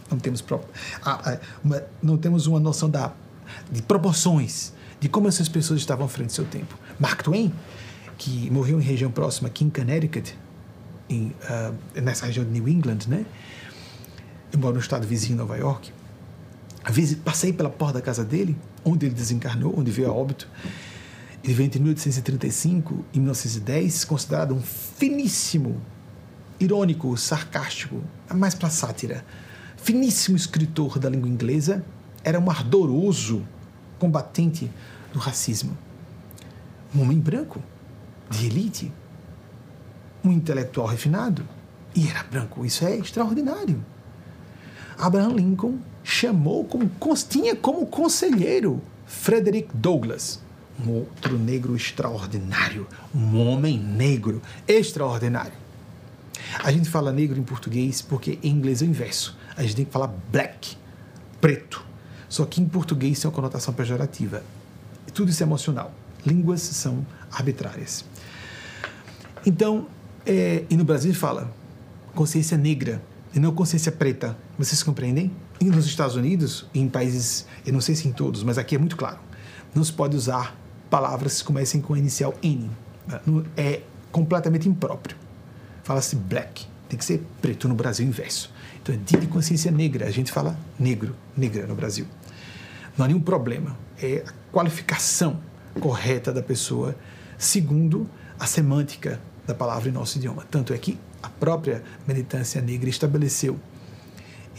Não temos uma noção de proporções, de como essas pessoas estavam à frente do seu tempo. Mark Twain, que morreu em região próxima aqui em Connecticut, nessa região de New England, eu moro no estado vizinho, Nova York. Passei pela porta da casa dele, onde ele desencarnou, onde veio a óbito. Ele veio entre 1835 e 1910, considerado um finíssimo, irônico, sarcástico, mais para sátira, finíssimo escritor da língua inglesa. Era um ardoroso combatente do racismo. Um homem branco, de elite, um intelectual refinado, e era branco. Isso é extraordinário. Abraham Lincoln tinha como conselheiro Frederick Douglass, um outro negro extraordinário, um homem negro extraordinário. A gente fala negro em português porque em inglês é o inverso. A gente tem que falar black, preto. Só que em português tem uma conotação pejorativa. Tudo isso é emocional. Línguas são arbitrárias. Então, e no Brasil fala consciência negra e não consciência preta. Vocês compreendem? E nos Estados Unidos, em países, eu não sei se em todos, mas aqui é muito claro, não se pode usar palavras que comecem com a inicial N. É completamente impróprio. Fala-se black, tem que ser preto. No Brasil, inverso. Então, é dia de consciência negra, a gente fala negro, negra no Brasil. Não há nenhum problema. É a qualificação correta da pessoa segundo a semântica da palavra em nosso idioma. Tanto é que a própria militância negra estabeleceu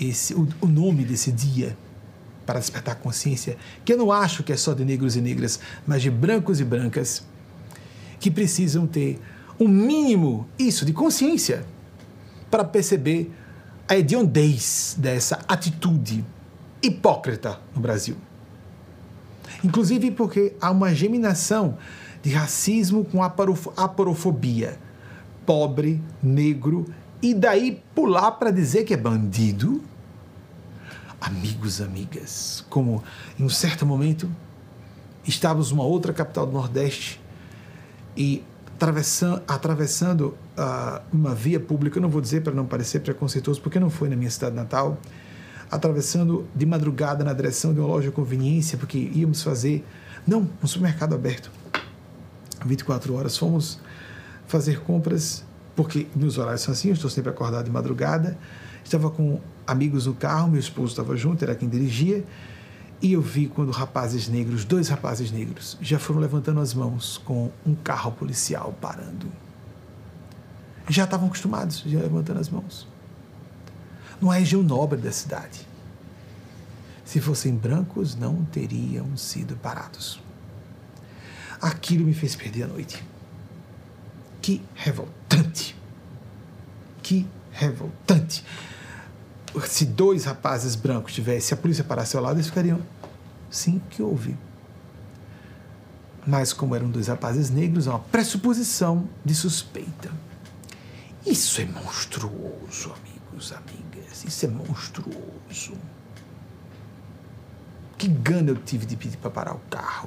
o nome desse dia para despertar consciência, que eu não acho que é só de negros e negras, mas de brancos e brancas, que precisam ter um mínimo de consciência para perceber a hediondez dessa atitude hipócrita no Brasil. Inclusive porque há uma geminação de racismo com aporofobia. Pobre, negro, e daí pular para dizer que é bandido. Amigos, amigas, como em um certo momento estávamos numa outra capital do Nordeste e atravessando uma via pública, eu não vou dizer para não parecer preconceituoso, porque não foi na minha cidade natal, atravessando de madrugada na direção de uma loja de conveniência, porque íamos fazer, um supermercado aberto, 24 horas, fomos fazer compras, porque meus horários são assim, eu estou sempre acordado de madrugada, estava com amigos no carro, meu esposo estava junto, era quem dirigia, e eu vi quando dois rapazes negros, já foram levantando as mãos com um carro policial parando. Já estavam acostumados, já levantando as mãos. Numa região nobre da cidade. Se fossem brancos, não teriam sido parados. Aquilo me fez perder a noite. Que revoltante! Que revoltante! Se dois rapazes brancos se a polícia parasse ao lado, eles ficariam, sim, que houve. Mas como eram dois rapazes negros, há uma pressuposição de suspeita. Isso é monstruoso, amigos, amigas, isso é monstruoso. Que gana eu tive de pedir para parar o carro.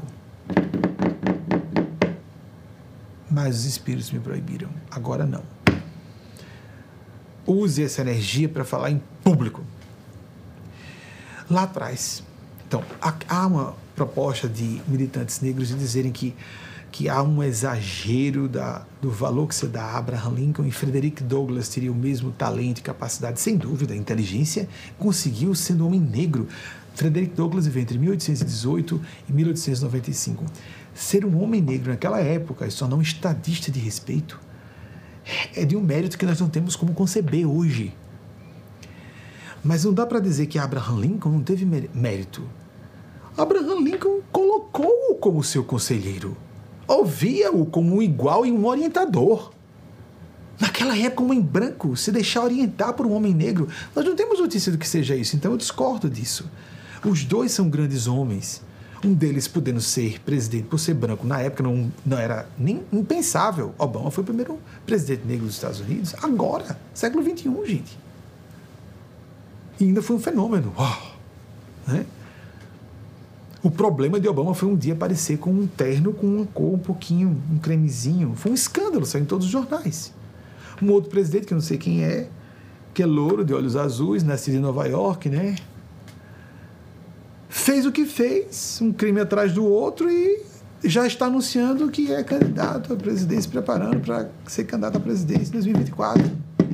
Mas os espíritos me proibiram, agora não. Use essa energia para falar em público. Lá atrás, então, há uma proposta de militantes negros de dizerem que há um exagero do valor que se dá a Abraham Lincoln, e Frederick Douglass teria o mesmo talento e capacidade, sem dúvida, inteligência, conseguiu sendo um homem negro. Frederick Douglass viveu entre 1818 e 1895. Ser um homem negro naquela época, e se tornar um estadista de respeito, é de um mérito que nós não temos como conceber hoje. Mas não dá para dizer que Abraham Lincoln não teve mérito. Abraham Lincoln colocou-o como seu conselheiro. Ouvia-o como um igual e um orientador. Naquela época, um homem branco se deixar orientar por um homem negro, nós não temos notícia do que seja isso, então eu discordo disso. Os dois são grandes homens. Um deles podendo ser presidente por ser branco, na época não era nem impensável. Obama foi o primeiro presidente negro dos Estados Unidos, agora, século XXI, gente. E ainda foi um fenômeno. Né? O problema de Obama foi um dia aparecer com um terno com uma cor um pouquinho, um cremezinho. Foi um escândalo, saiu em todos os jornais. Um outro presidente, que eu não sei quem é, que é louro, de olhos azuis, nascido em Nova York, né? Fez o que fez, um crime atrás do outro, e já está anunciando que é candidato à presidência, preparando para ser candidato à presidência em 2024.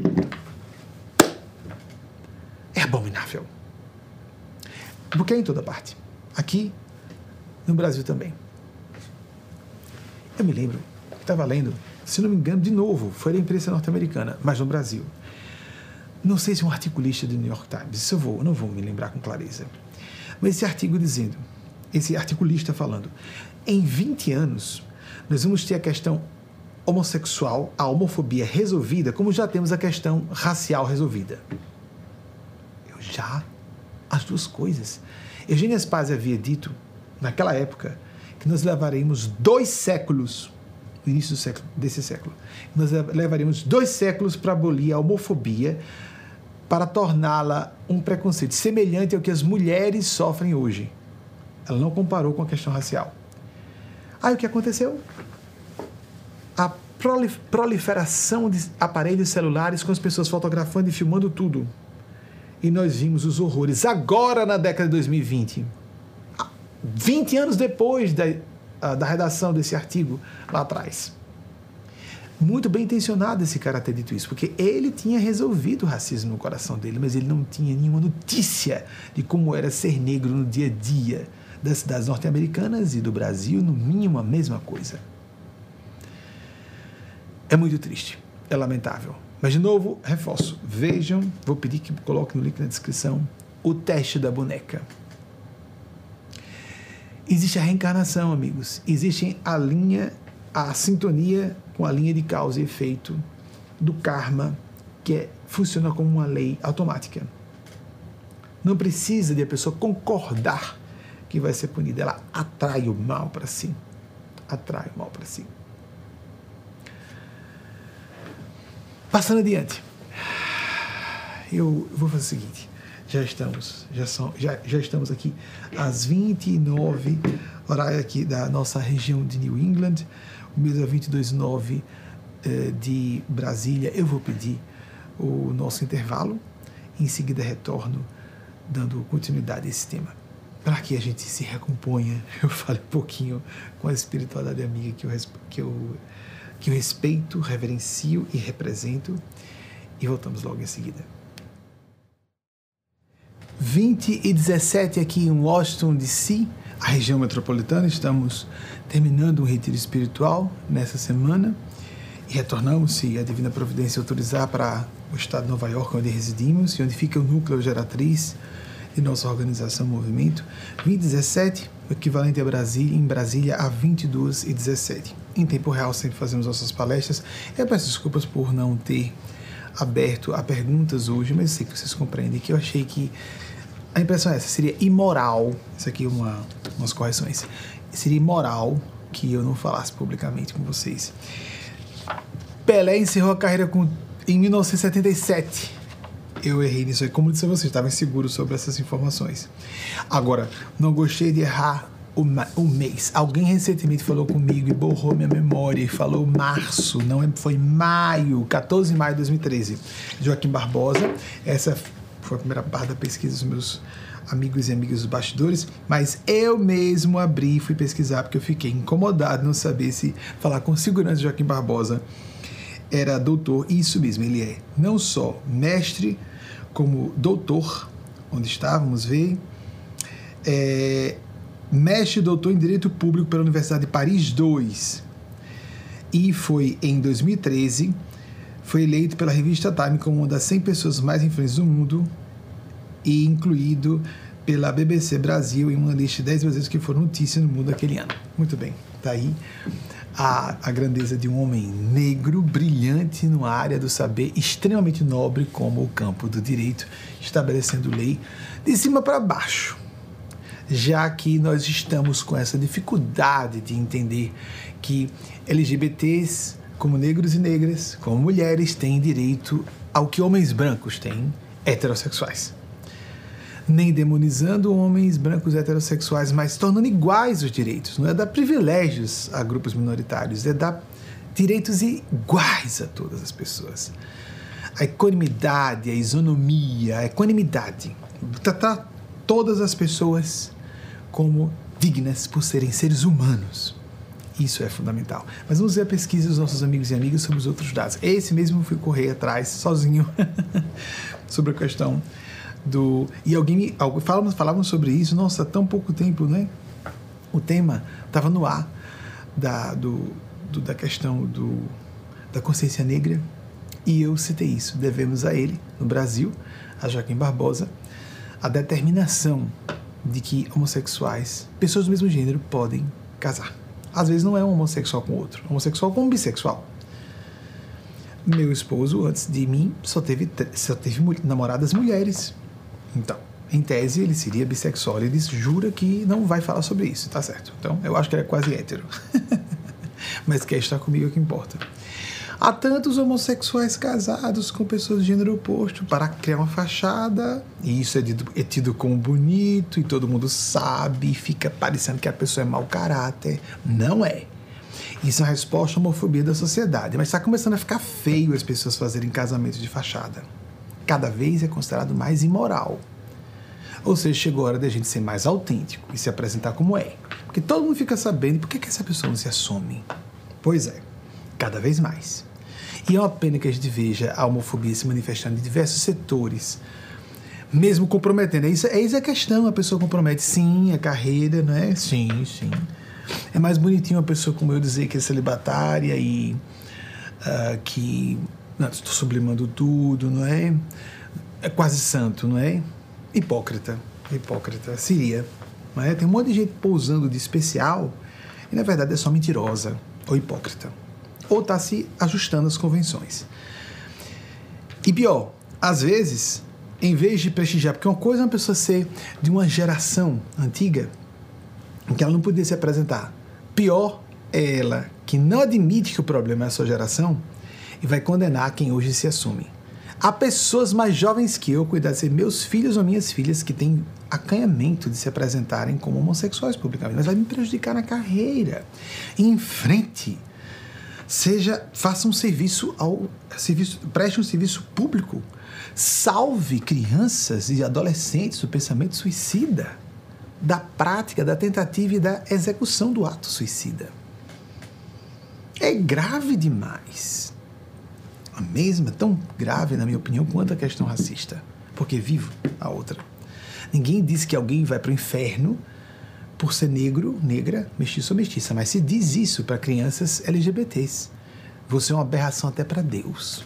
É abominável. Porque é em toda parte. Aqui, no Brasil também. Eu me lembro, estava lendo, se não me engano, de novo, foi da imprensa norte-americana, mas no Brasil. Não sei se um articulista do New York Times, isso eu não vou me lembrar com clareza. Mas esse artigo dizendo, esse articulista falando, em 20 anos, nós vamos ter a questão homossexual, a homofobia resolvida, como já temos a questão racial resolvida. As duas coisas. Eugênia Spazia havia dito, naquela época, que nós levaremos 2 séculos, no início desse século, nós levaremos 2 séculos para abolir a homofobia, para torná-la um preconceito semelhante ao que as mulheres sofrem hoje. Ela não comparou com a questão racial. Aí o que aconteceu? A proliferação de aparelhos celulares com as pessoas fotografando e filmando tudo. E nós vimos os horrores agora na década de 2020. 20 anos depois da redação desse artigo lá atrás. Muito bem intencionado esse cara ter dito isso, porque ele tinha resolvido o racismo no coração dele, mas ele não tinha nenhuma notícia de como era ser negro no dia a dia das cidades norte-americanas e do Brasil, no mínimo a mesma coisa. É muito triste, é lamentável, Mas, de novo, reforço. Vejam, vou pedir que coloquem no link na descrição, o teste da boneca. Existe a reencarnação, amigos. Existe a sintonia com a linha de causa e efeito do karma, que funciona como uma lei automática. Não precisa de a pessoa concordar que vai ser punida. Ela atrai o mal para si. Atrai o mal para si. Passando adiante, eu vou fazer o seguinte, já estamos aqui às 29, horário aqui da nossa região de New England, o mês é 22/9 de Brasília. Eu vou pedir o nosso intervalo, em seguida retorno, dando continuidade a esse tema, para que a gente se recomponha. Eu falo um pouquinho com a espiritualidade amiga que eu respeito, reverencio e represento, e voltamos logo em seguida. 20:17 aqui em Washington, D.C., a região metropolitana. Estamos terminando um retiro espiritual nessa semana e retornamos, se a Divina Providência autorizar, para o estado de Nova York, onde residimos e onde fica o núcleo geratriz de nossa organização Movimento. 20:17, o equivalente em Brasília a 22:17. Em tempo real sempre fazemos nossas palestras. Eu peço desculpas por não ter aberto a perguntas hoje, mas eu sei que vocês compreendem que eu achei que a impressão é essa, seria imoral, isso aqui é umas correções, seria imoral que eu não falasse publicamente com vocês. Pelé encerrou a carreira em 1977. Eu errei nisso aí, como disse a vocês, estava inseguro sobre essas informações. Agora, não gostei de errar o mês. Alguém recentemente falou comigo e borrou minha memória e falou março, não foi maio, 14 de maio de 2013. Joaquim Barbosa, essa foi a primeira parte da pesquisa dos meus amigos e amigas dos bastidores, mas eu mesmo abri e fui pesquisar, porque eu fiquei incomodado de não saber se falar com segurança de Joaquim Barbosa era doutor, e isso mesmo, ele é não só mestre, como doutor, onde estávamos, ver, mestre e doutor em Direito Público pela Universidade de Paris II, e foi em 2013, foi eleito pela revista Time como uma das 100 pessoas mais influentes do mundo e incluído pela BBC Brasil em uma lista de 10 brasileiros que foram notícia no mundo daquele ano. Muito bem, está aí a grandeza de um homem negro, brilhante numa área do saber, extremamente nobre como o campo do direito, estabelecendo lei de cima para baixo, já que nós estamos com essa dificuldade de entender que LGBTs, como negros e negras, como mulheres, têm direito ao que homens brancos têm, heterossexuais. Nem demonizando homens brancos heterossexuais, mas tornando iguais os direitos. Não é dar privilégios a grupos minoritários, é dar direitos iguais a todas as pessoas. A equanimidade, a isonomia, a equanimidade. Tratar todas as pessoas como dignas por serem seres humanos. Isso é fundamental. Mas vamos ver a pesquisa dos nossos amigos e amigas sobre os outros dados. Esse mesmo eu fui correr atrás, sozinho, sobre a questão do... E falavam sobre isso, nossa, há tão pouco tempo, né? O tema estava no ar da questão da consciência negra, e eu citei isso. Devemos a ele, no Brasil, a Joaquim Barbosa, a determinação de que homossexuais, pessoas do mesmo gênero, podem casar. Às vezes não é um homossexual com outro, homossexual com um bissexual. Meu esposo, antes de mim, só teve namoradas mulheres. Então, em tese, ele seria bissexual. Ele jura que não vai falar sobre isso, tá certo? Então, eu acho que ele é quase hétero. Mas quer estar comigo é o que importa. Há tantos homossexuais casados com pessoas de gênero oposto para criar uma fachada, e isso é tido como bonito, e todo mundo sabe, e fica parecendo que a pessoa é mau caráter. Não é. Isso é uma resposta à homofobia da sociedade, mas está começando a ficar feio as pessoas fazerem casamentos de fachada. Cada vez é considerado mais imoral. Ou seja, chegou a hora de a gente ser mais autêntico e se apresentar como é. Porque todo mundo fica sabendo, por que essa pessoa não se assume? Pois é, cada vez mais. E é uma pena que a gente veja a homofobia se manifestando em diversos setores, mesmo comprometendo. Isso é a questão, a pessoa compromete, sim, a carreira, não é? Sim. É mais bonitinho uma pessoa como eu dizer que é celibatária e que Não, estou sublimando tudo, não é? É quase santo, não é? Hipócrita, seria. Não é? Tem um monte de gente pousando de especial e, na verdade, é só mentirosa ou hipócrita. Ou está se ajustando às convenções. E pior, às vezes, em vez de prestigiar, porque uma coisa é uma pessoa ser de uma geração antiga, em que ela não podia se apresentar. Pior é ela que não admite que o problema é a sua geração e vai condenar quem hoje se assume. Há pessoas mais jovens que eu, cuidado de ser meus filhos ou minhas filhas, que têm acanhamento de se apresentarem como homossexuais publicamente, mas vai me prejudicar na carreira. Enfrente. Faça um preste um serviço público. Salve crianças e adolescentes do pensamento suicida, da prática, da tentativa e da execução do ato suicida. É grave demais. A mesma, tão grave, na minha opinião, quanto a questão racista. Porque vivo a outra. Ninguém diz que alguém vai para o inferno por ser negro, negra, mestiço ou mestiça, mas se diz isso para crianças LGBTs. Você é uma aberração até para Deus.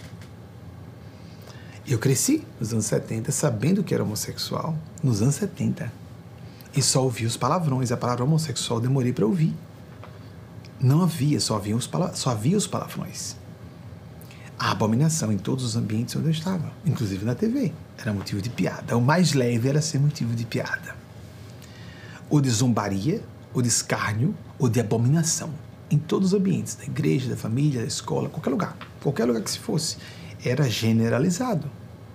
Eu cresci nos anos 70 sabendo que era homossexual, nos anos 70. E só ouvi os palavrões. A palavra homossexual demorei para ouvir. Não havia, só havia os palavrões. A abominação em todos os ambientes onde eu estava, inclusive na TV, era motivo de piada. O mais leve era ser motivo de piada. Ou de zombaria, ou de escárnio, ou de abominação. Em todos os ambientes, da igreja, da família, da escola, qualquer lugar que se fosse, era generalizado.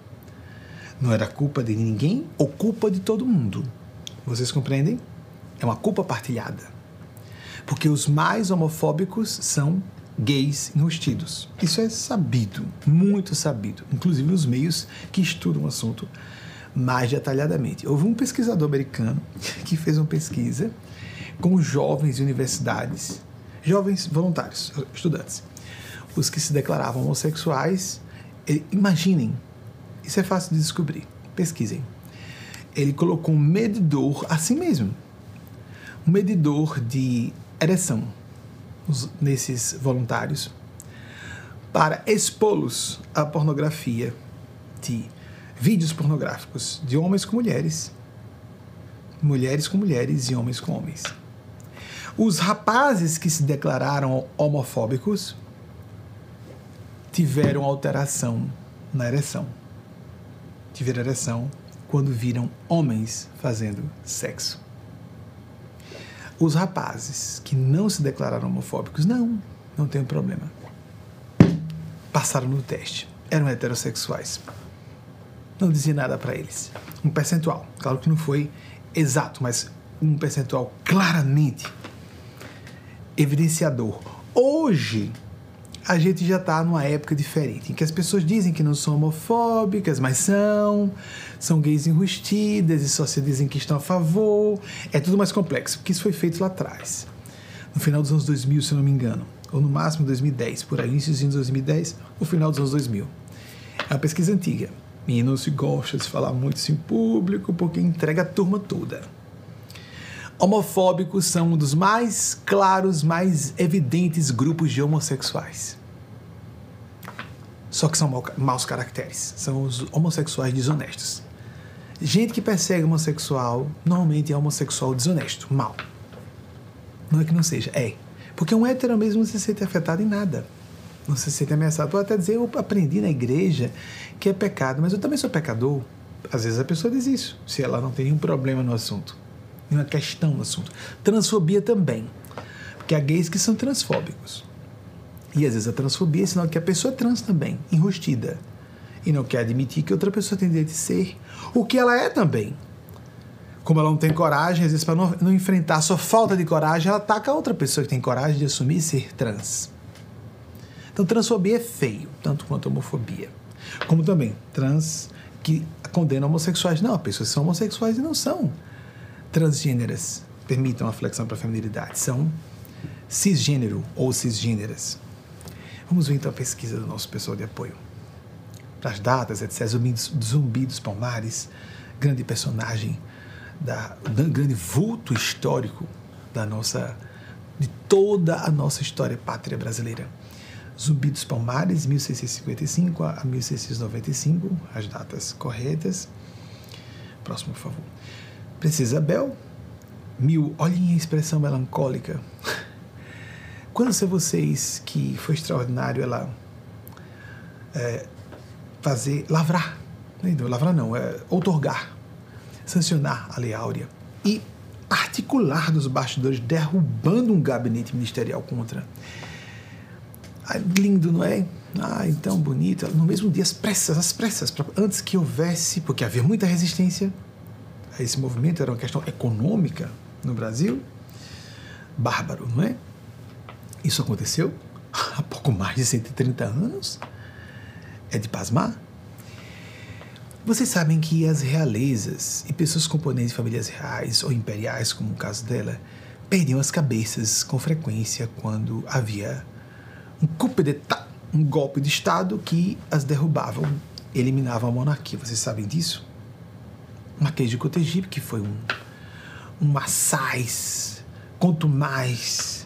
Não era culpa de ninguém ou culpa de todo mundo. Vocês compreendem? É uma culpa partilhada. Porque os mais homofóbicos são gays enrustidos. Isso é sabido, muito sabido, inclusive nos meios que estudam o assunto mais detalhadamente. Houve um pesquisador americano que fez uma pesquisa com jovens de universidades, jovens voluntários, estudantes, os que se declaravam homossexuais. Imaginem, isso é fácil de descobrir, pesquisem. Ele colocou um medidor, assim mesmo, um medidor de ereção nesses voluntários para expô-los à pornografia de vídeos pornográficos de homens com mulheres, mulheres com mulheres e homens com homens. Os rapazes que se declararam homofóbicos tiveram alteração na ereção. Tiveram ereção quando viram homens fazendo sexo. Os rapazes que não se declararam homofóbicos, não tem problema. Passaram no teste. Eram heterossexuais. Não dizia nada para eles. Um percentual, claro que não foi exato, mas um percentual claramente evidenciador. Hoje, a gente já está numa época diferente, em que as pessoas dizem que não são homofóbicas, mas são gays enrustidas e só se dizem que estão a favor. É tudo mais complexo, porque isso foi feito lá atrás, no final dos anos 2000, se eu não me engano, ou no máximo 2010, por aí, início de 2010, ou final dos anos 2000. É uma pesquisa antiga, e não se gosta de falar muito isso em público, porque entrega a turma toda. Homofóbicos são um dos mais claros, mais evidentes grupos de homossexuais. Só que são maus caracteres. São os homossexuais desonestos. Gente que persegue homossexual, normalmente é homossexual desonesto, mau. Não é que não seja, é. Porque um hétero mesmo não se sente afetado em nada. Não se sente ameaçado. Pode até dizer, eu aprendi na igreja que é pecado, mas eu também sou pecador. Às vezes a pessoa diz isso, se ela não tem nenhum problema no assunto. Nenhuma questão no assunto. Transfobia também. Porque há gays que são transfóbicos. E às vezes a transfobia é sinal que a pessoa é trans também, enrustida. E não quer admitir que outra pessoa tem direito de ser o que ela é também. Como ela não tem coragem, às vezes para não enfrentar a sua falta de coragem, ela ataca a outra pessoa que tem coragem de assumir ser trans. Então transfobia é feio, tanto quanto homofobia. Como também trans que condenam homossexuais. Não, pessoas são homossexuais e não são transgêneras. Permitam a flexão para a feminilidade. São cisgênero ou cisgêneras. Vamos ver então a pesquisa do nosso pessoal de apoio. Para as datas, etc. Zumbi dos Palmares, grande personagem, grande vulto histórico de toda a nossa história pátria brasileira. Zumbi dos Palmares, 1655 a 1695, as datas corretas. Próximo, por favor. Princesa Isabel, olhem a expressão melancólica. Quando sei vocês que foi extraordinário ela outorgar, sancionar a Lei Áurea e articular dos bastidores, derrubando um gabinete ministerial contra. Lindo, não é? Então bonito. No mesmo dia, às pressas, antes que houvesse, porque havia muita resistência a esse movimento, era uma questão econômica no Brasil. Bárbaro, não é? Isso aconteceu há pouco mais de 130 anos. É de pasmar. Vocês sabem que as realezas e pessoas componentes de famílias reais ou imperiais, como o caso dela, perdiam as cabeças com frequência quando havia um coup d'état, um golpe de Estado que as derrubavam, eliminavam a monarquia. Vocês sabem disso? Marquês de Cotegipe, que foi um assaz contumaz,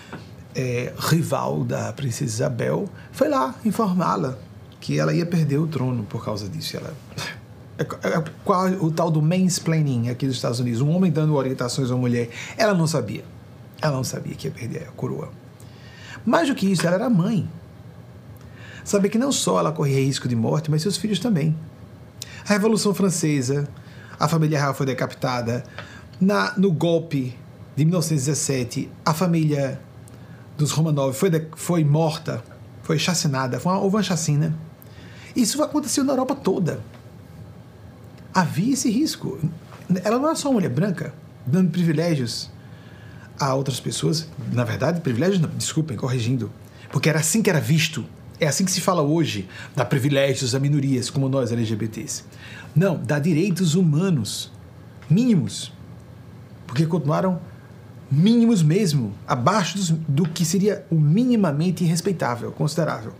rival da princesa Isabel, foi lá informá-la que ela ia perder o trono por causa disso. O tal do mansplaining aqui dos Estados Unidos, um homem dando orientações a uma mulher. Ela não sabia que ia perder a coroa. Mais do que isso, ela era mãe. Sabia que não só ela corria risco de morte, mas seus filhos também. A Revolução Francesa, a família real foi decapitada. No golpe de 1917, a família dos Romanov foi morta, foi chacinada, houve uma chacina. Isso aconteceu na Europa toda. Havia esse risco. Ela não era só uma mulher branca, dando privilégios a outras pessoas. Na verdade, privilégios, não, desculpem, corrigindo, porque era assim que era visto. É assim que se fala hoje, dá privilégios a minorias, como nós LGBTs. Não, dá direitos humanos mínimos, porque continuaram mínimos mesmo, abaixo do que seria o minimamente respeitável, considerável.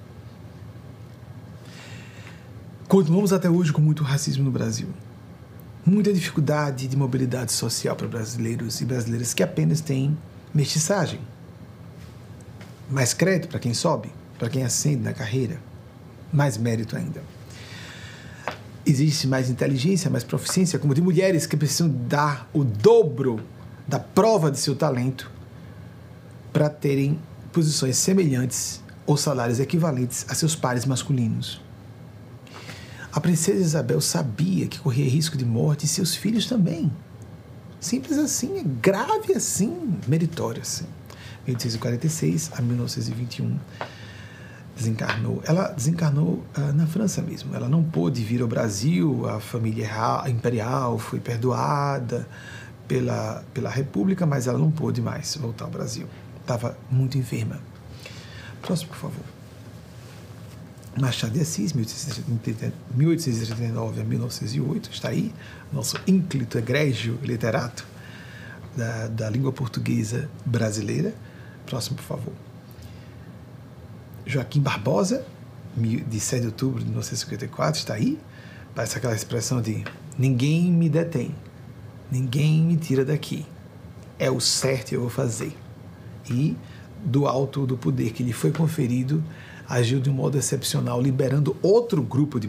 Continuamos até hoje com muito racismo no Brasil. Muita dificuldade de mobilidade social para brasileiros e brasileiras que apenas têm mestiçagem. Mais crédito para quem sobe, para quem ascende na carreira. Mais mérito ainda. Existe mais inteligência, mais proficiência, como de mulheres que precisam dar o dobro da prova de seu talento para terem posições semelhantes ou salários equivalentes a seus pares masculinos. A princesa Isabel sabia que corria risco de morte e seus filhos também. Simples assim, é grave assim, meritório assim. 1846 a 1921 desencarnou. Ela desencarnou na França mesmo. Ela não pôde vir ao Brasil, a família imperial foi perdoada pela República, mas ela não pôde mais voltar ao Brasil. Estava muito enferma. Próximo, por favor. Machado de Assis, 1839 a 1908, está aí, nosso ínclito egrégio literato da língua portuguesa brasileira. Próximo, por favor. Joaquim Barbosa, de 7 de outubro de 1954, está aí. Parece aquela expressão de ninguém me detém, ninguém me tira daqui, é o certo e eu vou fazer. E do alto do poder que lhe foi conferido, agiu de um modo excepcional, liberando outro grupo de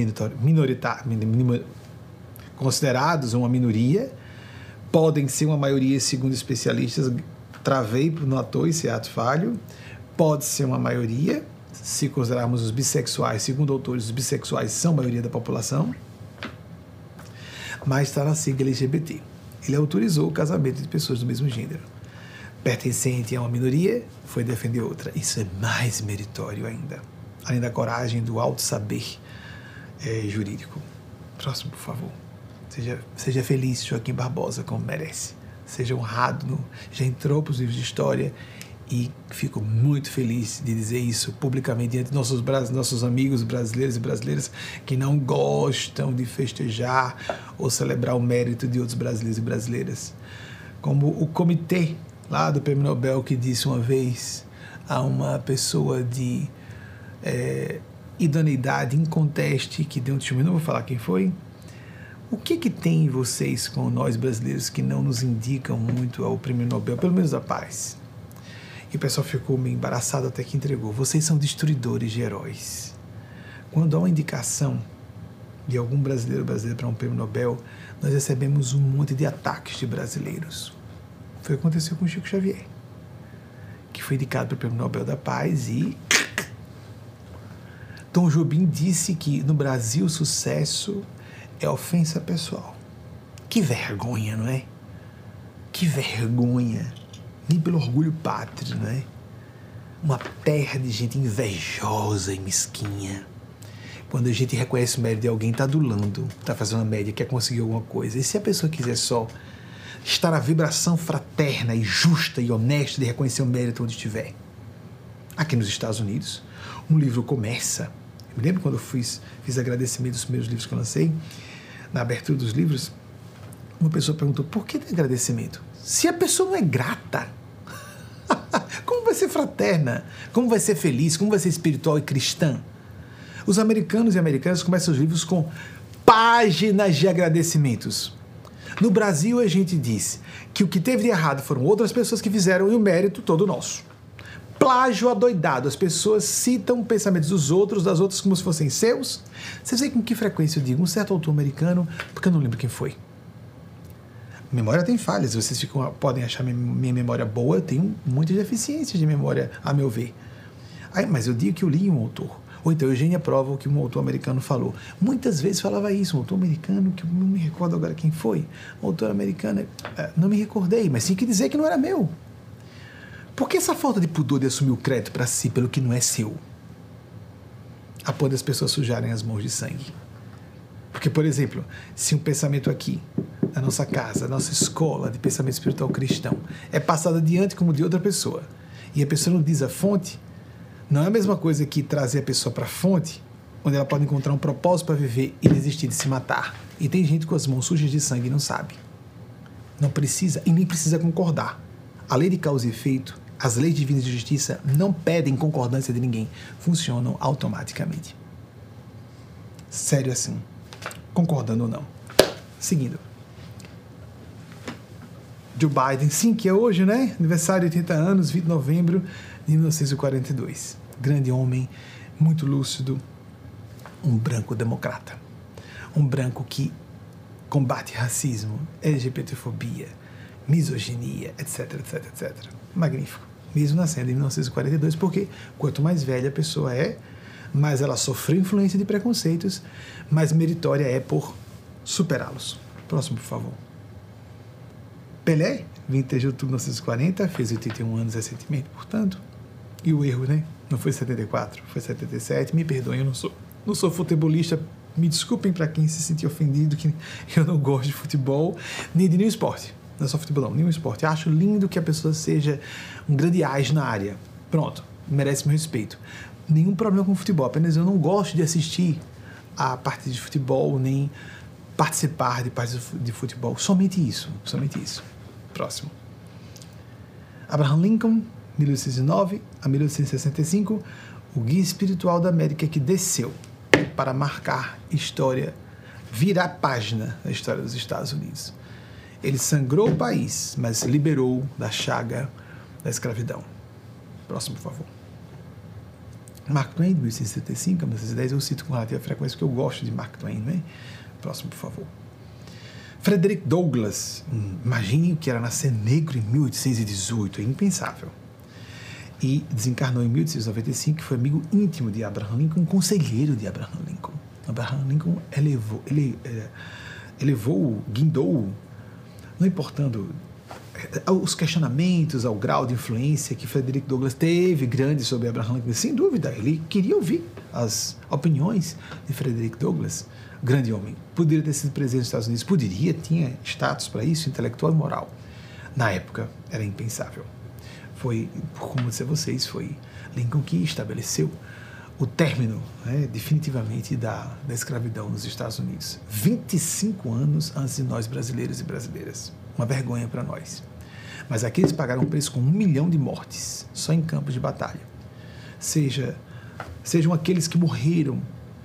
considerados uma minoria, podem ser uma maioria segundo especialistas, travei no ator esse ato falho, pode ser uma maioria, se considerarmos os bissexuais, segundo autores, os bissexuais são a maioria da população, mas está na sigla LGBT. Ele autorizou o casamento de pessoas do mesmo gênero. Pertencente a uma minoria, foi defender outra. Isso é mais meritório ainda. Além da coragem, do alto saber jurídico. Próximo, por favor. Seja feliz, Joaquim Barbosa, como merece. Seja honrado. Já entrou para os livros de história e fico muito feliz de dizer isso publicamente diante de nossos amigos brasileiros e brasileiras que não gostam de festejar ou celebrar o mérito de outros brasileiros e brasileiras. Como o comitê lá do Prêmio Nobel que disse uma vez a uma pessoa de idoneidade inconteste que deu um testemunho, não vou falar quem foi, o que tem em vocês com nós brasileiros que não nos indicam muito ao Prêmio Nobel, pelo menos a paz? E o pessoal ficou meio embaraçado até que entregou. Vocês são destruidores de heróis. Quando há uma indicação de algum brasileiro para um prêmio Nobel, nós recebemos um monte de ataques de brasileiros. Foi o que aconteceu com o Chico Xavier, que foi indicado para o Prêmio Nobel da Paz e Tom Jobim disse que no Brasil o sucesso é ofensa pessoal. Que vergonha, não é? Que vergonha. Nem pelo orgulho pátrio, não é? Uma terra de gente invejosa e mesquinha. Quando a gente reconhece o mérito de alguém, está adulando, está fazendo uma média, quer conseguir alguma coisa. E se a pessoa quiser só estar na vibração fraterna e justa e honesta de reconhecer o mérito onde estiver? Aqui nos Estados Unidos, um livro começa. Eu me lembro quando eu fiz agradecimento dos primeiros livros que eu lancei, na abertura dos livros, uma pessoa perguntou, por que tem agradecimento? Se a pessoa não é grata, como vai ser fraterna? Como vai ser feliz? Como vai ser espiritual e cristã? Os americanos e americanas começam os livros com páginas de agradecimentos. No Brasil, a gente diz que o que teve de errado foram outras pessoas que fizeram e o mérito todo nosso. Plágio adoidado. As pessoas citam pensamentos dos outros, das outras, como se fossem seus. Vocês veem com que frequência eu digo um certo autor americano, porque eu não lembro quem foi. Memória tem falhas. Vocês podem achar minha memória boa. Eu tenho muitas deficiências de memória, a meu ver. Mas eu digo que eu li um autor. Ou então, Eugênia prova o que um autor americano falou. Muitas vezes falava isso, um autor americano, que eu não me recordo agora quem foi. Um autor americano, não me recordei, mas tinha que dizer que não era meu. Por que essa falta de pudor de assumir o crédito para si pelo que não é seu? A ponto das pessoas sujarem as mãos de sangue. Porque, por exemplo, se um pensamento aqui, na nossa casa, na nossa escola de pensamento espiritual cristão, é passado adiante como de outra pessoa, e a pessoa não diz a fonte, não é a mesma coisa que trazer a pessoa para a fonte, onde ela pode encontrar um propósito para viver e desistir de se matar. E tem gente com as mãos sujas de sangue e não sabe. Não precisa e nem precisa concordar. A lei de causa e efeito, as leis divinas de justiça não pedem concordância de ninguém. Funcionam automaticamente. Sério assim. Concordando ou não. Seguindo. Joe Biden, sim, que é hoje, né? Aniversário de 80 anos, 20 de novembro de 1942. Grande homem, muito lúcido, um branco democrata. Um branco que combate racismo, LGBTfobia, misoginia, etc, etc, etc. Magnífico. Mesmo nascendo em 1942, porque quanto mais velha a pessoa é, mais ela sofreu influência de preconceitos, mais meritória é por superá-los. Próximo, por favor. Pelé, 20 de outubro de 1940, fez 81 anos recentemente, portanto. E o erro, né? Não foi 74, foi 77. Me perdoem, eu não sou futebolista. Me desculpem para quem se sentir ofendido, que eu não gosto de futebol, nem de nenhum esporte. Não é só futebol, não, nenhum esporte. Acho lindo que a pessoa seja um grande ágil na área. Pronto, merece meu respeito. Nenhum problema com futebol, apenas eu não gosto de assistir a partidas de futebol, nem participar de partidas de futebol. Somente isso, somente isso. Próximo. Abraham Lincoln, 1809 a 1865, o guia espiritual da América que desceu para marcar história, virar página na história dos Estados Unidos. Ele sangrou o país, mas liberou da chaga da escravidão. Próximo, por favor. Mark Twain, de 1875 a 1910, eu cito com relativa frequência porque eu gosto de Mark Twain, né? Próximo, por favor. Frederick Douglass, imagine o que era nascer negro em 1818, é impensável. E desencarnou em 1895, que foi amigo íntimo de Abraham Lincoln, conselheiro de Abraham Lincoln. Abraham Lincoln guindou, não importando os questionamentos ao grau de influência que Frederick Douglass teve grande sobre Abraham Lincoln. Sem dúvida, ele queria ouvir as opiniões de Frederick Douglass, grande homem. Poderia ter sido presidente dos Estados Unidos, poderia, tinha status para isso, intelectual e moral. Na época, era impensável. Foi, como dizer vocês, foi Lincoln que estabeleceu o término, né, definitivamente da escravidão nos Estados Unidos. 25 anos antes de nós brasileiros e brasileiras. Uma vergonha para nós. Mas aqui eles pagaram um preço com 1 milhão de mortes, só em campos de batalha. Sejam aqueles que morreram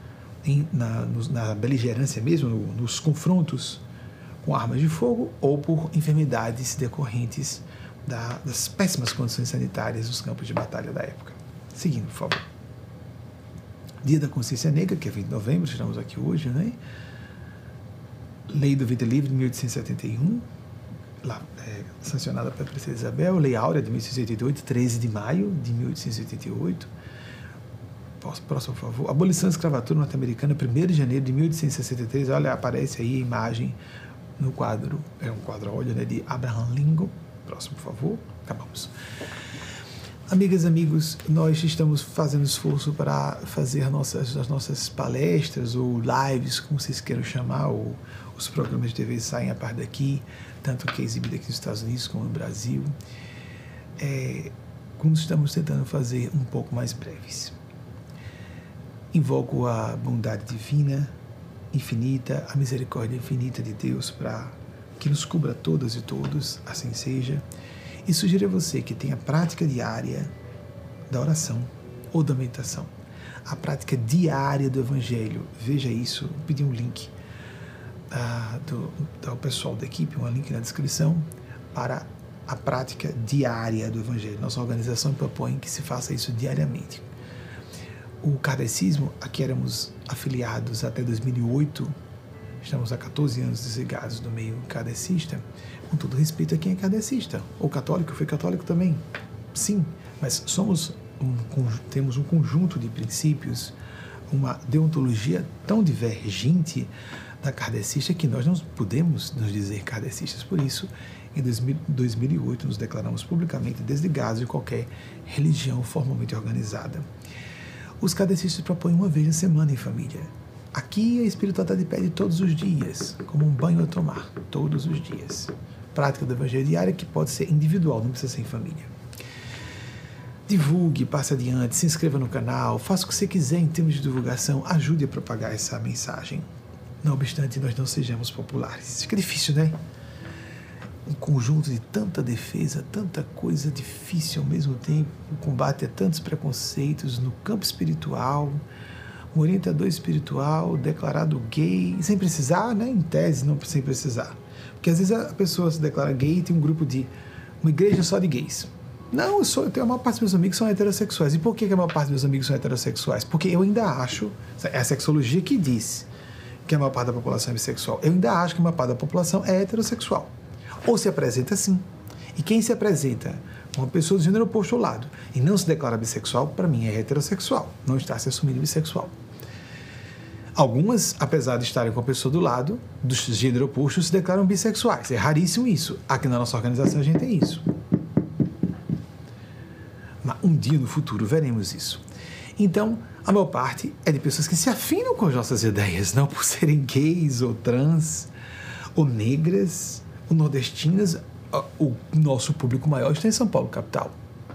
na beligerância mesmo, nos confrontos com armas de fogo, ou por enfermidades decorrentes das péssimas condições sanitárias dos campos de batalha da época. Seguindo, por favor. Dia da Consciência Negra, que é 20 de novembro, estamos aqui hoje, né? Lei do Vida Livre de 1871, sancionada pela Princesa Isabel. Lei Áurea de 1888, 13 de maio de 1888. Próximo, por favor. Abolição da escravatura norte-americana, 1º de janeiro de 1863. Olha, aparece aí a imagem no quadro, é um quadro a óleo, né, de Abraham Lincoln. Próximo, por favor. Acabamos. Amigas e amigos, nós estamos fazendo esforço para fazer as nossas palestras ou lives, como vocês queiram chamar, ou os programas de TV saem a par daqui, tanto que é exibido aqui nos Estados Unidos como no Brasil. Como estamos tentando fazer um pouco mais breves. Invoco a bondade divina, infinita, a misericórdia infinita de Deus para que nos cubra todas e todos, assim seja. E sugiro a você que tenha a prática diária da oração ou da meditação. A prática diária do Evangelho. Veja isso, vou pedir um link do pessoal da equipe, um link na descrição, para a prática diária do Evangelho. Nossa organização propõe que se faça isso diariamente. O kardecismo, a que éramos afiliados até 2008, estamos há 14 anos desligados do meio kardecista, com todo respeito a quem é kardecista, ou católico, foi católico também, sim, mas temos um conjunto de princípios, uma deontologia tão divergente da kardecista que nós não podemos nos dizer kardecistas. Por isso, em 2008, nos declaramos publicamente desligados de qualquer religião formalmente organizada. Os kardecistas propõem uma vez na semana em família. Aqui a espiritualidade pede todos os dias, como um banho a tomar, todos os dias. Prática do Evangelho diária que pode ser individual, não precisa ser em família. Divulgue, passe adiante, se inscreva no canal, faça o que você quiser em termos de divulgação, ajude a propagar essa mensagem. Não obstante, nós não sejamos populares. Fica difícil, né? Um conjunto de tanta defesa, tanta coisa difícil ao mesmo tempo, o combate a tantos preconceitos no campo espiritual, um orientador espiritual declarado gay, sem precisar, né? Em tese, não sem precisar. Porque às vezes a pessoa se declara gay e tem um grupo uma igreja só de gays. Não, eu tenho a maior parte dos meus amigos são heterossexuais. E por que a maior parte dos meus amigos são heterossexuais? Porque eu ainda acho, é a sexologia que diz que a maior parte da população é bissexual. Eu ainda acho que a maior parte da população é heterossexual. Ou se apresenta assim. E quem se apresenta uma pessoa do gênero oposto ao lado e não se declara bissexual, para mim é heterossexual, não está se assumindo bissexual. Algumas, apesar de estarem com a pessoa do lado, do gênero oposto, se declaram bissexuais. É raríssimo isso. Aqui na nossa organização a gente tem isso. Mas um dia no futuro veremos isso. Então, a maior parte é de pessoas que se afinam com as nossas ideias, não por serem gays ou trans, ou negras, ou nordestinas. O nosso público maior está em São Paulo, capital.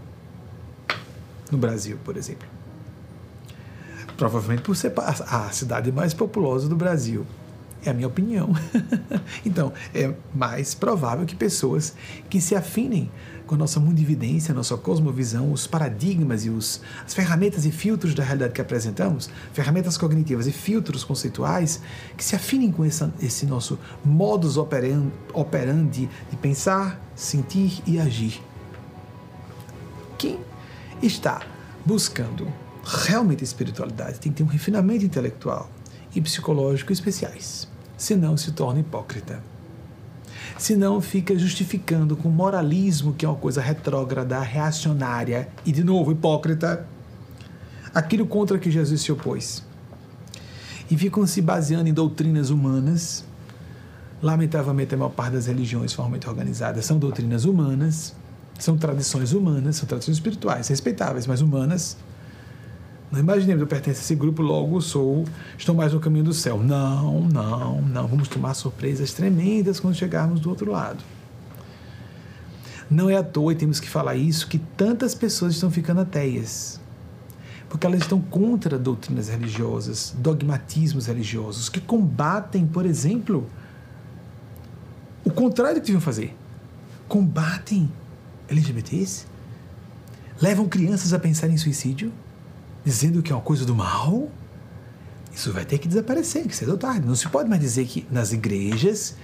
No Brasil, por exemplo. Provavelmente por ser a cidade mais populosa do Brasil. É a minha opinião. Então, é mais provável que pessoas que se afinem com a nossa mundividência, a nossa cosmovisão, os paradigmas e as ferramentas e filtros da realidade que apresentamos, ferramentas cognitivas e filtros conceituais, que se afinem com esse nosso modus operandi de pensar, sentir e agir. Quem está buscando realmente a espiritualidade tem que ter um refinamento intelectual e psicológico especiais, senão se torna hipócrita. Senão fica justificando com moralismo, que é uma coisa retrógrada, reacionária e, de novo, hipócrita, aquilo contra que Jesus se opôs. E ficam se baseando em doutrinas humanas. Lamentavelmente, a maior parte das religiões formalmente organizadas são doutrinas humanas, são tradições humanas, são tradições espirituais, respeitáveis, mas humanas. Não imaginemos, eu pertenço a esse grupo, logo estou mais no caminho do céu. Não. Vamos tomar surpresas tremendas quando chegarmos do outro lado. Não é à toa, e temos que falar isso, que tantas pessoas estão ficando ateias. Porque elas estão contra doutrinas religiosas, dogmatismos religiosos, que combatem, por exemplo, o contrário do que deviam fazer. Combatem LGBTs, levam crianças a pensar em suicídio, dizendo que é uma coisa do mal. Isso vai ter que desaparecer, que cedo ou tarde. Não se pode mais dizer que nas igrejas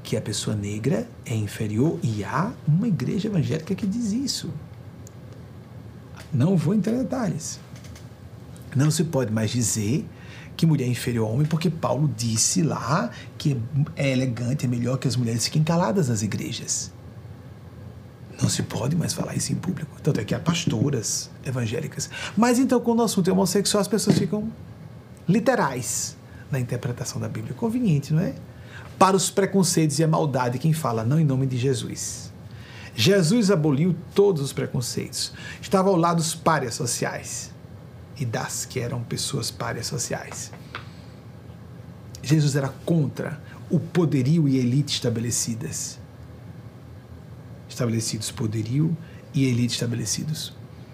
que a pessoa negra é inferior, e há uma igreja evangélica que diz isso. Não vou entrar em detalhes. Não se pode mais dizer que mulher é inferior ao homem, porque Paulo disse lá que é elegante, é melhor que as mulheres fiquem caladas nas igrejas. Não se pode mais falar isso em público. Tanto é que há pastoras evangélicas. Mas então, quando o assunto é homossexual, as pessoas ficam literais na interpretação da Bíblia. Conveniente, não é? Para os preconceitos e a maldade, quem fala, não em nome de Jesus. Jesus aboliu todos os preconceitos. Estava ao lado dos párias sociais e das que eram pessoas párias sociais. Jesus era contra o poderio e elite estabelecidos, poderio e elite estabelecidos.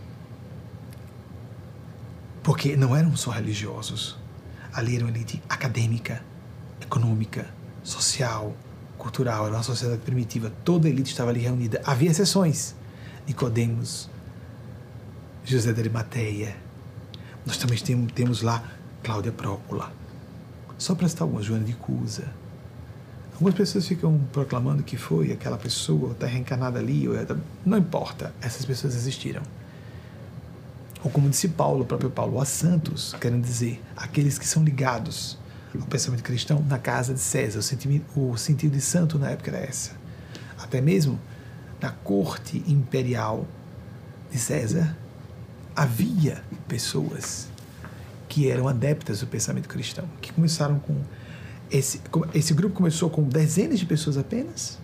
Porque não eram só religiosos. Ali era uma elite acadêmica, econômica, social, cultural. Era uma sociedade primitiva. Toda a elite estava ali reunida. Havia exceções. Nicodemos, José de Arimateia. Nós também temos lá Cláudia Prócula. Só para citar algumas, Joana de Cusa. Algumas pessoas ficam proclamando que foi aquela pessoa, está reencarnada ali. Não importa, essas pessoas existiram. Ou como disse Paulo, o próprio Paulo, a santos, querendo dizer, aqueles que são ligados ao pensamento cristão na casa de César. O sentido de santo na época era essa. Até mesmo na corte imperial de César, havia pessoas que eram adeptas do pensamento cristão, que começaram com... Esse grupo começou com dezenas de pessoas apenas,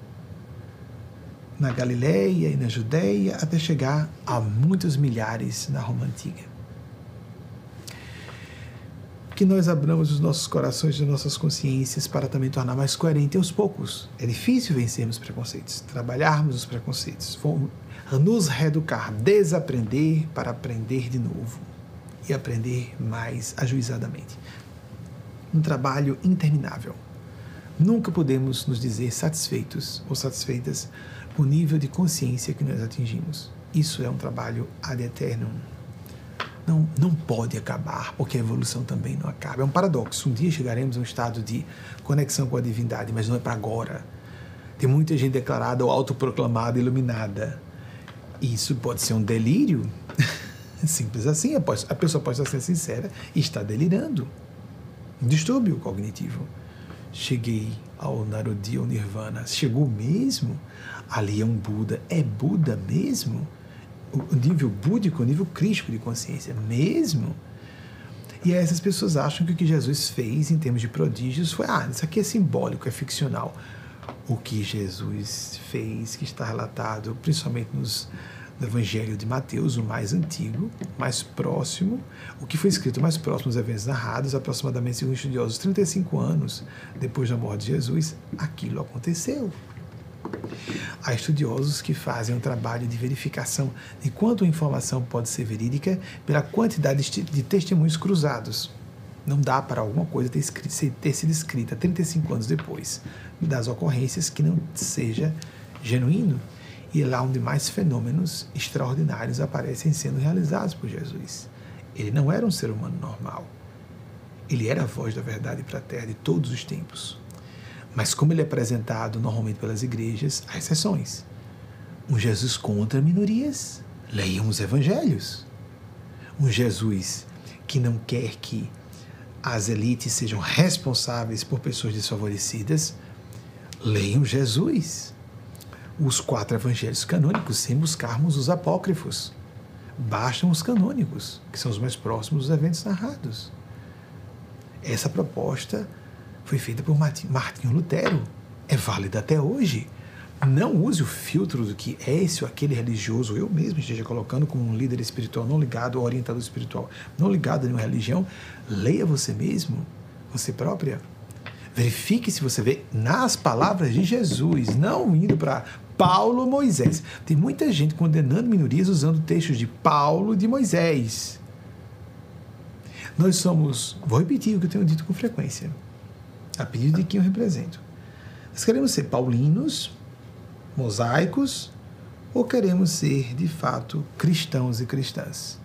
na Galileia e na Judeia, até chegar a muitos milhares na Roma Antiga. Que nós abramos os nossos corações e nossas consciências para também tornar mais coerente aos poucos. É difícil vencermos preconceitos, trabalharmos os preconceitos, nos reeducar, desaprender para aprender de novo e aprender mais ajuizadamente. Um trabalho interminável. Nunca podemos nos dizer satisfeitos ou satisfeitas com o nível de consciência que nós atingimos. Isso é um trabalho ad eternum. Não pode acabar, porque a evolução também não acaba. É um paradoxo. Um dia chegaremos a um estado de conexão com a divindade, mas não é para agora. Tem muita gente declarada ou autoproclamada iluminada. Isso pode ser um delírio. Simples assim. A pessoa pode estar sendo sincera e está delirando. Um distúrbio cognitivo. Cheguei ao Narodi, ao Nirvana. Chegou mesmo? Ali é um Buda. É Buda mesmo? O nível búdico, o nível crístico de consciência mesmo? E aí essas pessoas acham que o que Jesus fez em termos de prodígios foi, isso aqui é simbólico, é ficcional. O que Jesus fez, que está relatado principalmente no Evangelho de Mateus, o mais antigo, mais próximo, o que foi escrito mais próximo dos eventos narrados, aproximadamente, segundo estudiosos, 35 anos depois da morte de Jesus, aquilo aconteceu. Há estudiosos que fazem um trabalho de verificação de quanto a informação pode ser verídica pela quantidade de testemunhos cruzados. Não dá para alguma coisa ter sido escrita 35 anos depois das ocorrências que não seja genuíno. E é lá onde mais fenômenos extraordinários aparecem sendo realizados por Jesus. Ele não era um ser humano normal. Ele era a voz da verdade para a terra de todos os tempos. Mas como ele é apresentado normalmente pelas igrejas, há exceções. Um Jesus contra minorias. Leiam os evangelhos. Um Jesus que não quer que as elites sejam responsáveis por pessoas desfavorecidas. Leiam Jesus. Os 4 evangelhos canônicos, sem buscarmos os apócrifos. Bastam os canônicos, que são os mais próximos dos eventos narrados. Essa proposta foi feita por Martinho Lutero. É válida até hoje. Não use o filtro do que é esse ou aquele religioso, eu mesmo esteja colocando como um líder espiritual, não ligado ao orientador espiritual, não ligado a nenhuma religião. Leia você mesmo, você própria. Verifique se você vê nas palavras de Jesus, não indo para Paulo ou Moisés. Tem muita gente condenando minorias usando textos de Paulo e de Moisés. Nós somos, vou repetir o que eu tenho dito com frequência, a pedido de quem eu represento. Nós queremos ser paulinos, mosaicos, ou queremos ser, de fato, cristãos e cristãs?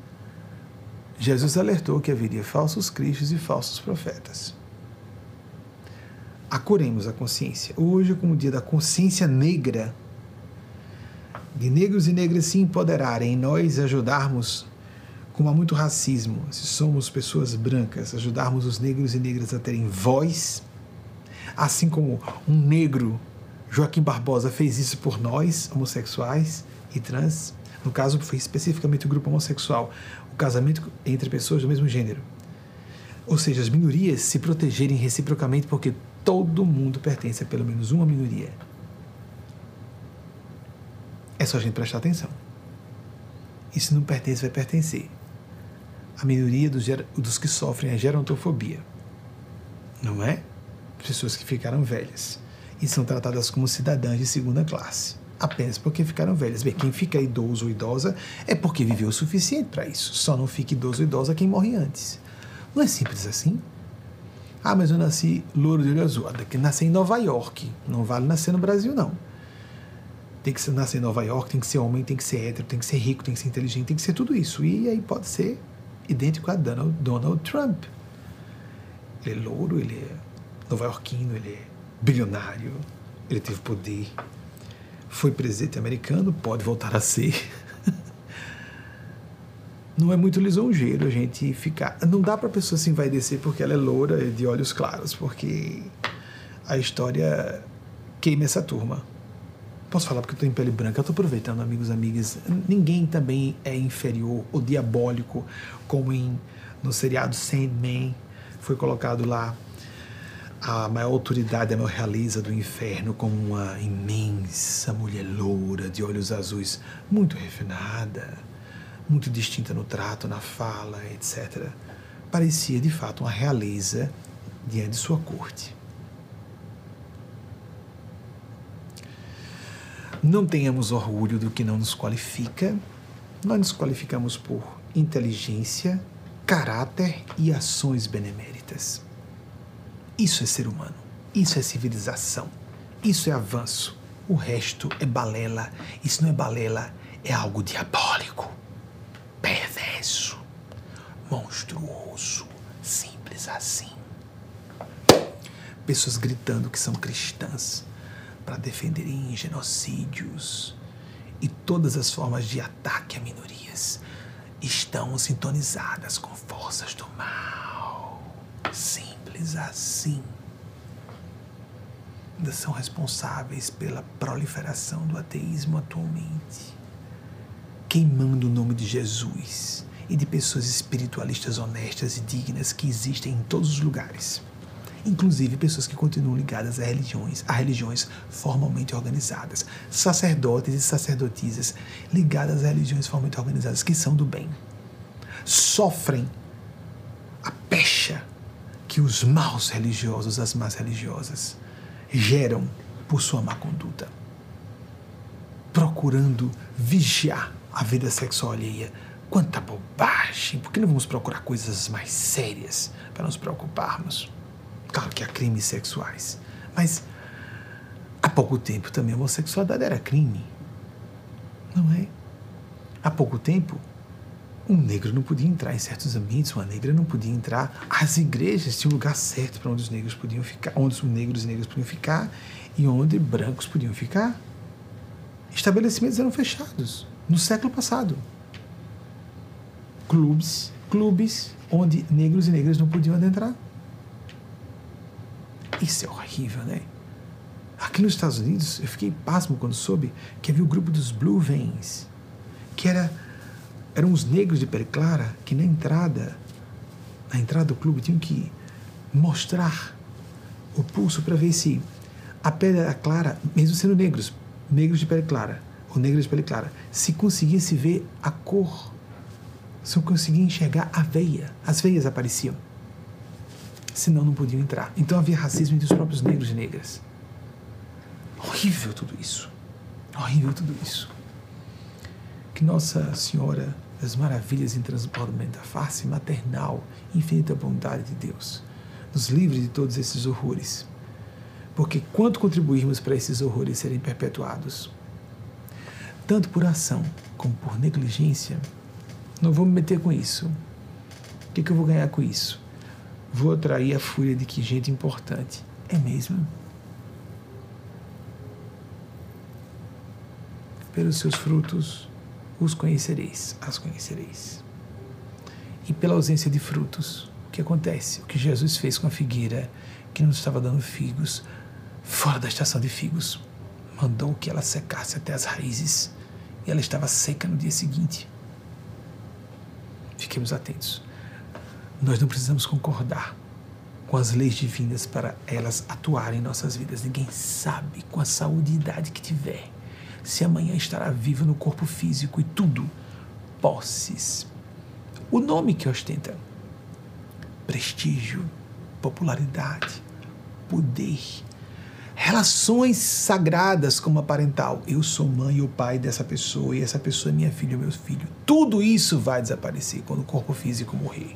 Jesus alertou que haveria falsos cristos e falsos profetas. Acuremos a consciência. Hoje, como o dia da consciência negra, de negros e negras se empoderarem, nós ajudarmos, como há muito racismo, se somos pessoas brancas, ajudarmos os negros e negras a terem voz, assim como um negro, Joaquim Barbosa, fez isso por nós, homossexuais e trans. No caso, foi especificamente o grupo homossexual, o casamento entre pessoas do mesmo gênero. Ou seja, as minorias se protegerem reciprocamente, porque todo mundo pertence a pelo menos uma minoria. É só a gente prestar atenção. E se não pertence, vai pertencer. A minoria dos que sofrem a gerontofobia. Não é? Pessoas que ficaram velhas e são tratadas como cidadãs de segunda classe, apenas porque ficaram velhas. Bem, quem fica idoso ou idosa é porque viveu o suficiente para isso. Só não fica idoso ou idosa quem morre antes. Não é simples assim? Ah, mas eu nasci louro de olho azul. Daqui nasci em Nova York. Não vale nascer no Brasil, não. Tem que nascer em Nova York, tem que ser homem, tem que ser hétero, tem que ser rico, tem que ser inteligente, tem que ser tudo isso. E aí pode ser idêntico a Donald Trump. Ele é louro, ele é nova-iorquino, ele é bilionário, ele teve poder, foi presidente americano, pode voltar a ser. Não é muito lisonjeiro a gente ficar... Não dá para a pessoa se envaidecer porque ela é loura e de olhos claros, porque a história queima essa turma. Posso falar porque eu estou em pele branca, eu estou aproveitando, amigos e amigas. Ninguém também é inferior ou diabólico, como no seriado Sandman foi colocado lá a maior autoridade, a maior realeza do inferno, como uma imensa mulher loura de olhos azuis, muito refinada, muito distinta no trato, na fala, etc. Parecia, de fato, uma realeza diante de sua corte. Não tenhamos orgulho do que não nos qualifica. Nós nos qualificamos por inteligência, caráter e ações beneméritas. Isso é ser humano. Isso é civilização. Isso é avanço. O resto é balela. Isso não é balela, é algo diabólico, perverso, monstruoso, simples assim. Pessoas gritando que são cristãs para defenderem genocídios e todas as formas de ataque a minorias estão sintonizadas com forças do mal. Simples assim. Ainda são responsáveis pela proliferação do ateísmo atualmente, queimando o nome de Jesus e de pessoas espiritualistas honestas e dignas que existem em todos os lugares. Inclusive pessoas que continuam ligadas a religiões formalmente organizadas, sacerdotes e sacerdotisas ligadas a religiões formalmente organizadas que são do bem, sofrem a pecha que os maus religiosos, as más religiosas, geram por sua má conduta, procurando vigiar a vida sexual alheia. Quanta bobagem! Por que não vamos procurar coisas mais sérias para nos preocuparmos? Claro que há crimes sexuais, mas há pouco tempo também a homossexualidade era crime, não é? Há pouco tempo um negro não podia entrar em certos ambientes, uma negra não podia entrar. As igrejas tinham um lugar certo para onde os negros podiam ficar, onde os negros e negras podiam ficar e onde brancos podiam ficar. Estabelecimentos eram fechados no século passado. Clubes onde negros e negras não podiam adentrar. Isso é horrível, né? Aqui nos Estados Unidos, eu fiquei pasmo quando soube que havia o grupo dos Blue Veins, que eram os negros de pele clara que na entrada do clube tinham que mostrar o pulso para ver se a pele era clara, mesmo sendo negros de pele clara, ou negros de pele clara, se conseguisse ver a cor, se eu conseguia enxergar a veia, as veias apareciam. Senão não podiam entrar. Então havia racismo entre os próprios negros e negras. Horrível tudo isso. Horrível tudo isso. Que Nossa Senhora das Maravilhas em transbordamento da face maternal, infinita bondade de Deus, nos livre de todos esses horrores. Porque quanto contribuirmos para esses horrores serem perpetuados, tanto por ação como por negligência, não vou me meter com isso. O que eu vou ganhar com isso? Vou atrair a fúria de que gente importante É mesmo? Pelos seus frutos os conhecereis, as conhecereis. E pela ausência de frutos, o que acontece? O que Jesus fez com a figueira que não estava dando figos, fora da estação de figos, mandou que ela secasse até as raízes, e ela estava seca no dia seguinte. Fiquemos atentos. Nós não precisamos concordar com as leis divinas para elas atuarem em nossas vidas. Ninguém sabe, com a saúde e idade que tiver, se amanhã estará vivo no corpo físico e tudo. Posses. O nome que ostenta. Prestígio, popularidade, poder, relações sagradas como a parental. Eu sou mãe ou pai dessa pessoa e essa pessoa é minha filha ou meu filho. Tudo isso vai desaparecer quando o corpo físico morrer.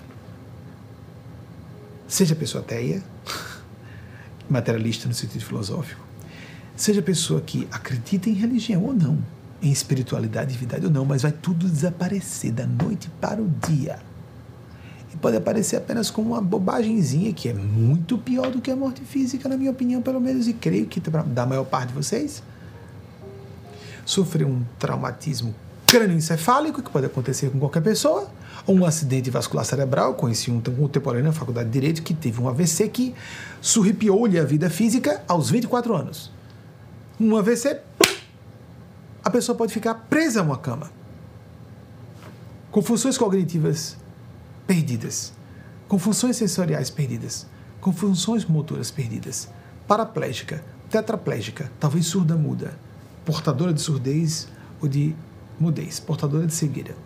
Seja pessoa ateia, materialista no sentido filosófico, seja pessoa que acredita em religião ou não, em espiritualidade, divindade ou não, mas vai tudo desaparecer da noite para o dia. E pode aparecer apenas como uma bobagemzinha, que é muito pior do que a morte física, na minha opinião, pelo menos, e creio que da maior parte de vocês. Sofreu um traumatismo crânioencefálico, que pode acontecer com qualquer pessoa, ou um acidente vascular cerebral. Conheci um contemporâneo na faculdade de Direito que teve um AVC que surrupiou-lhe a vida física aos 24 anos. Um AVC, a pessoa pode ficar presa a uma cama, com funções cognitivas perdidas, com funções sensoriais perdidas, com funções motoras perdidas, paraplégica, tetraplégica, talvez surda-muda, portadora de surdez ou de mudez, portadora de cegueira.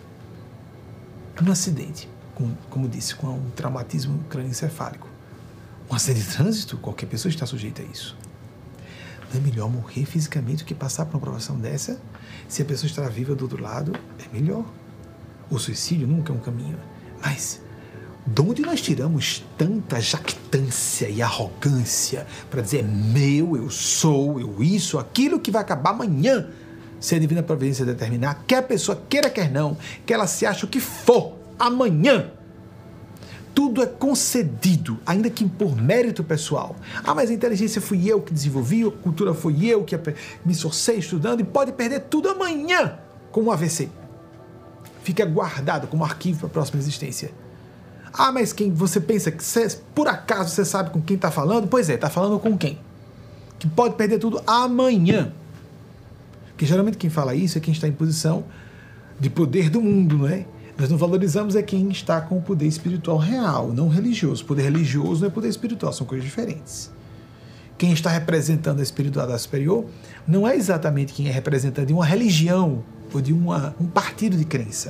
Um acidente, como disse, com um traumatismo crânioencefálico. Um acidente de trânsito, qualquer pessoa está sujeita a isso. Não é melhor morrer fisicamente do que passar por uma provação dessa? Se a pessoa estará viva do outro lado, é melhor. O suicídio nunca é um caminho. Mas de onde nós tiramos tanta jactância e arrogância para dizer meu, eu sou, eu isso, aquilo que vai acabar amanhã? Se a divina providência determinar, quer a pessoa queira, quer não, que ela se ache o que for, amanhã, tudo é concedido, ainda que por mérito pessoal. Ah, mas a inteligência fui eu que desenvolvi, a cultura foi eu que me esforcei estudando, e pode perder tudo amanhã com um AVC. Fica guardado como arquivo para a próxima existência. Ah, mas quem você pensa que por acaso você sabe com quem está falando? Pois é, está falando com quem? Que pode perder tudo amanhã. Porque geralmente quem fala isso é quem está em posição de poder do mundo, não é? Nós não valorizamos quem está com o poder espiritual real, não religioso. Poder religioso não é poder espiritual, são coisas diferentes. Quem está representando a espiritualidade superior não é exatamente quem é representante de uma religião ou de um partido de crença.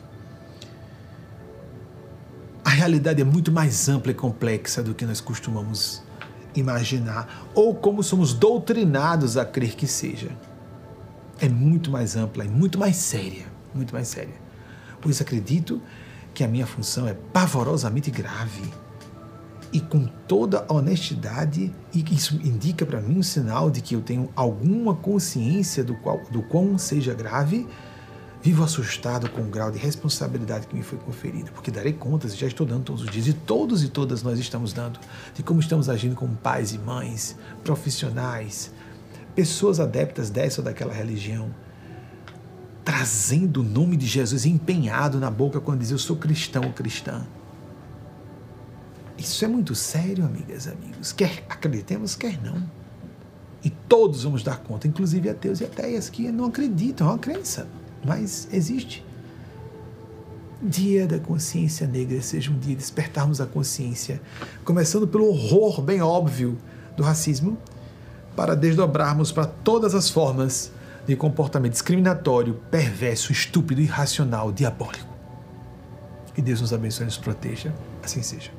A realidade é muito mais ampla e complexa do que nós costumamos imaginar ou como somos doutrinados a crer que seja. É muito mais ampla e muito mais séria, muito mais séria. Por isso acredito que a minha função é pavorosamente grave. E com toda a honestidade, e isso indica para mim um sinal de que eu tenho alguma consciência do quão seja grave, vivo assustado com o grau de responsabilidade que me foi conferido, porque darei contas, e já estou dando todos os dias, e todos e todas nós estamos dando, de como estamos agindo como pais e mães, profissionais, pessoas adeptas dessa ou daquela religião, trazendo o nome de Jesus empenhado na boca quando diz eu sou cristão ou cristã. Isso é muito sério, amigas e amigos. Quer acreditemos, quer não. E todos vamos dar conta, inclusive ateus e ateias que não acreditam, é uma crença, mas existe. Dia da consciência negra seja um dia de despertarmos a consciência, começando pelo horror bem óbvio do racismo, para desdobrarmos para todas as formas de comportamento discriminatório, perverso, estúpido, irracional, diabólico. Que Deus nos abençoe e nos proteja. Assim seja.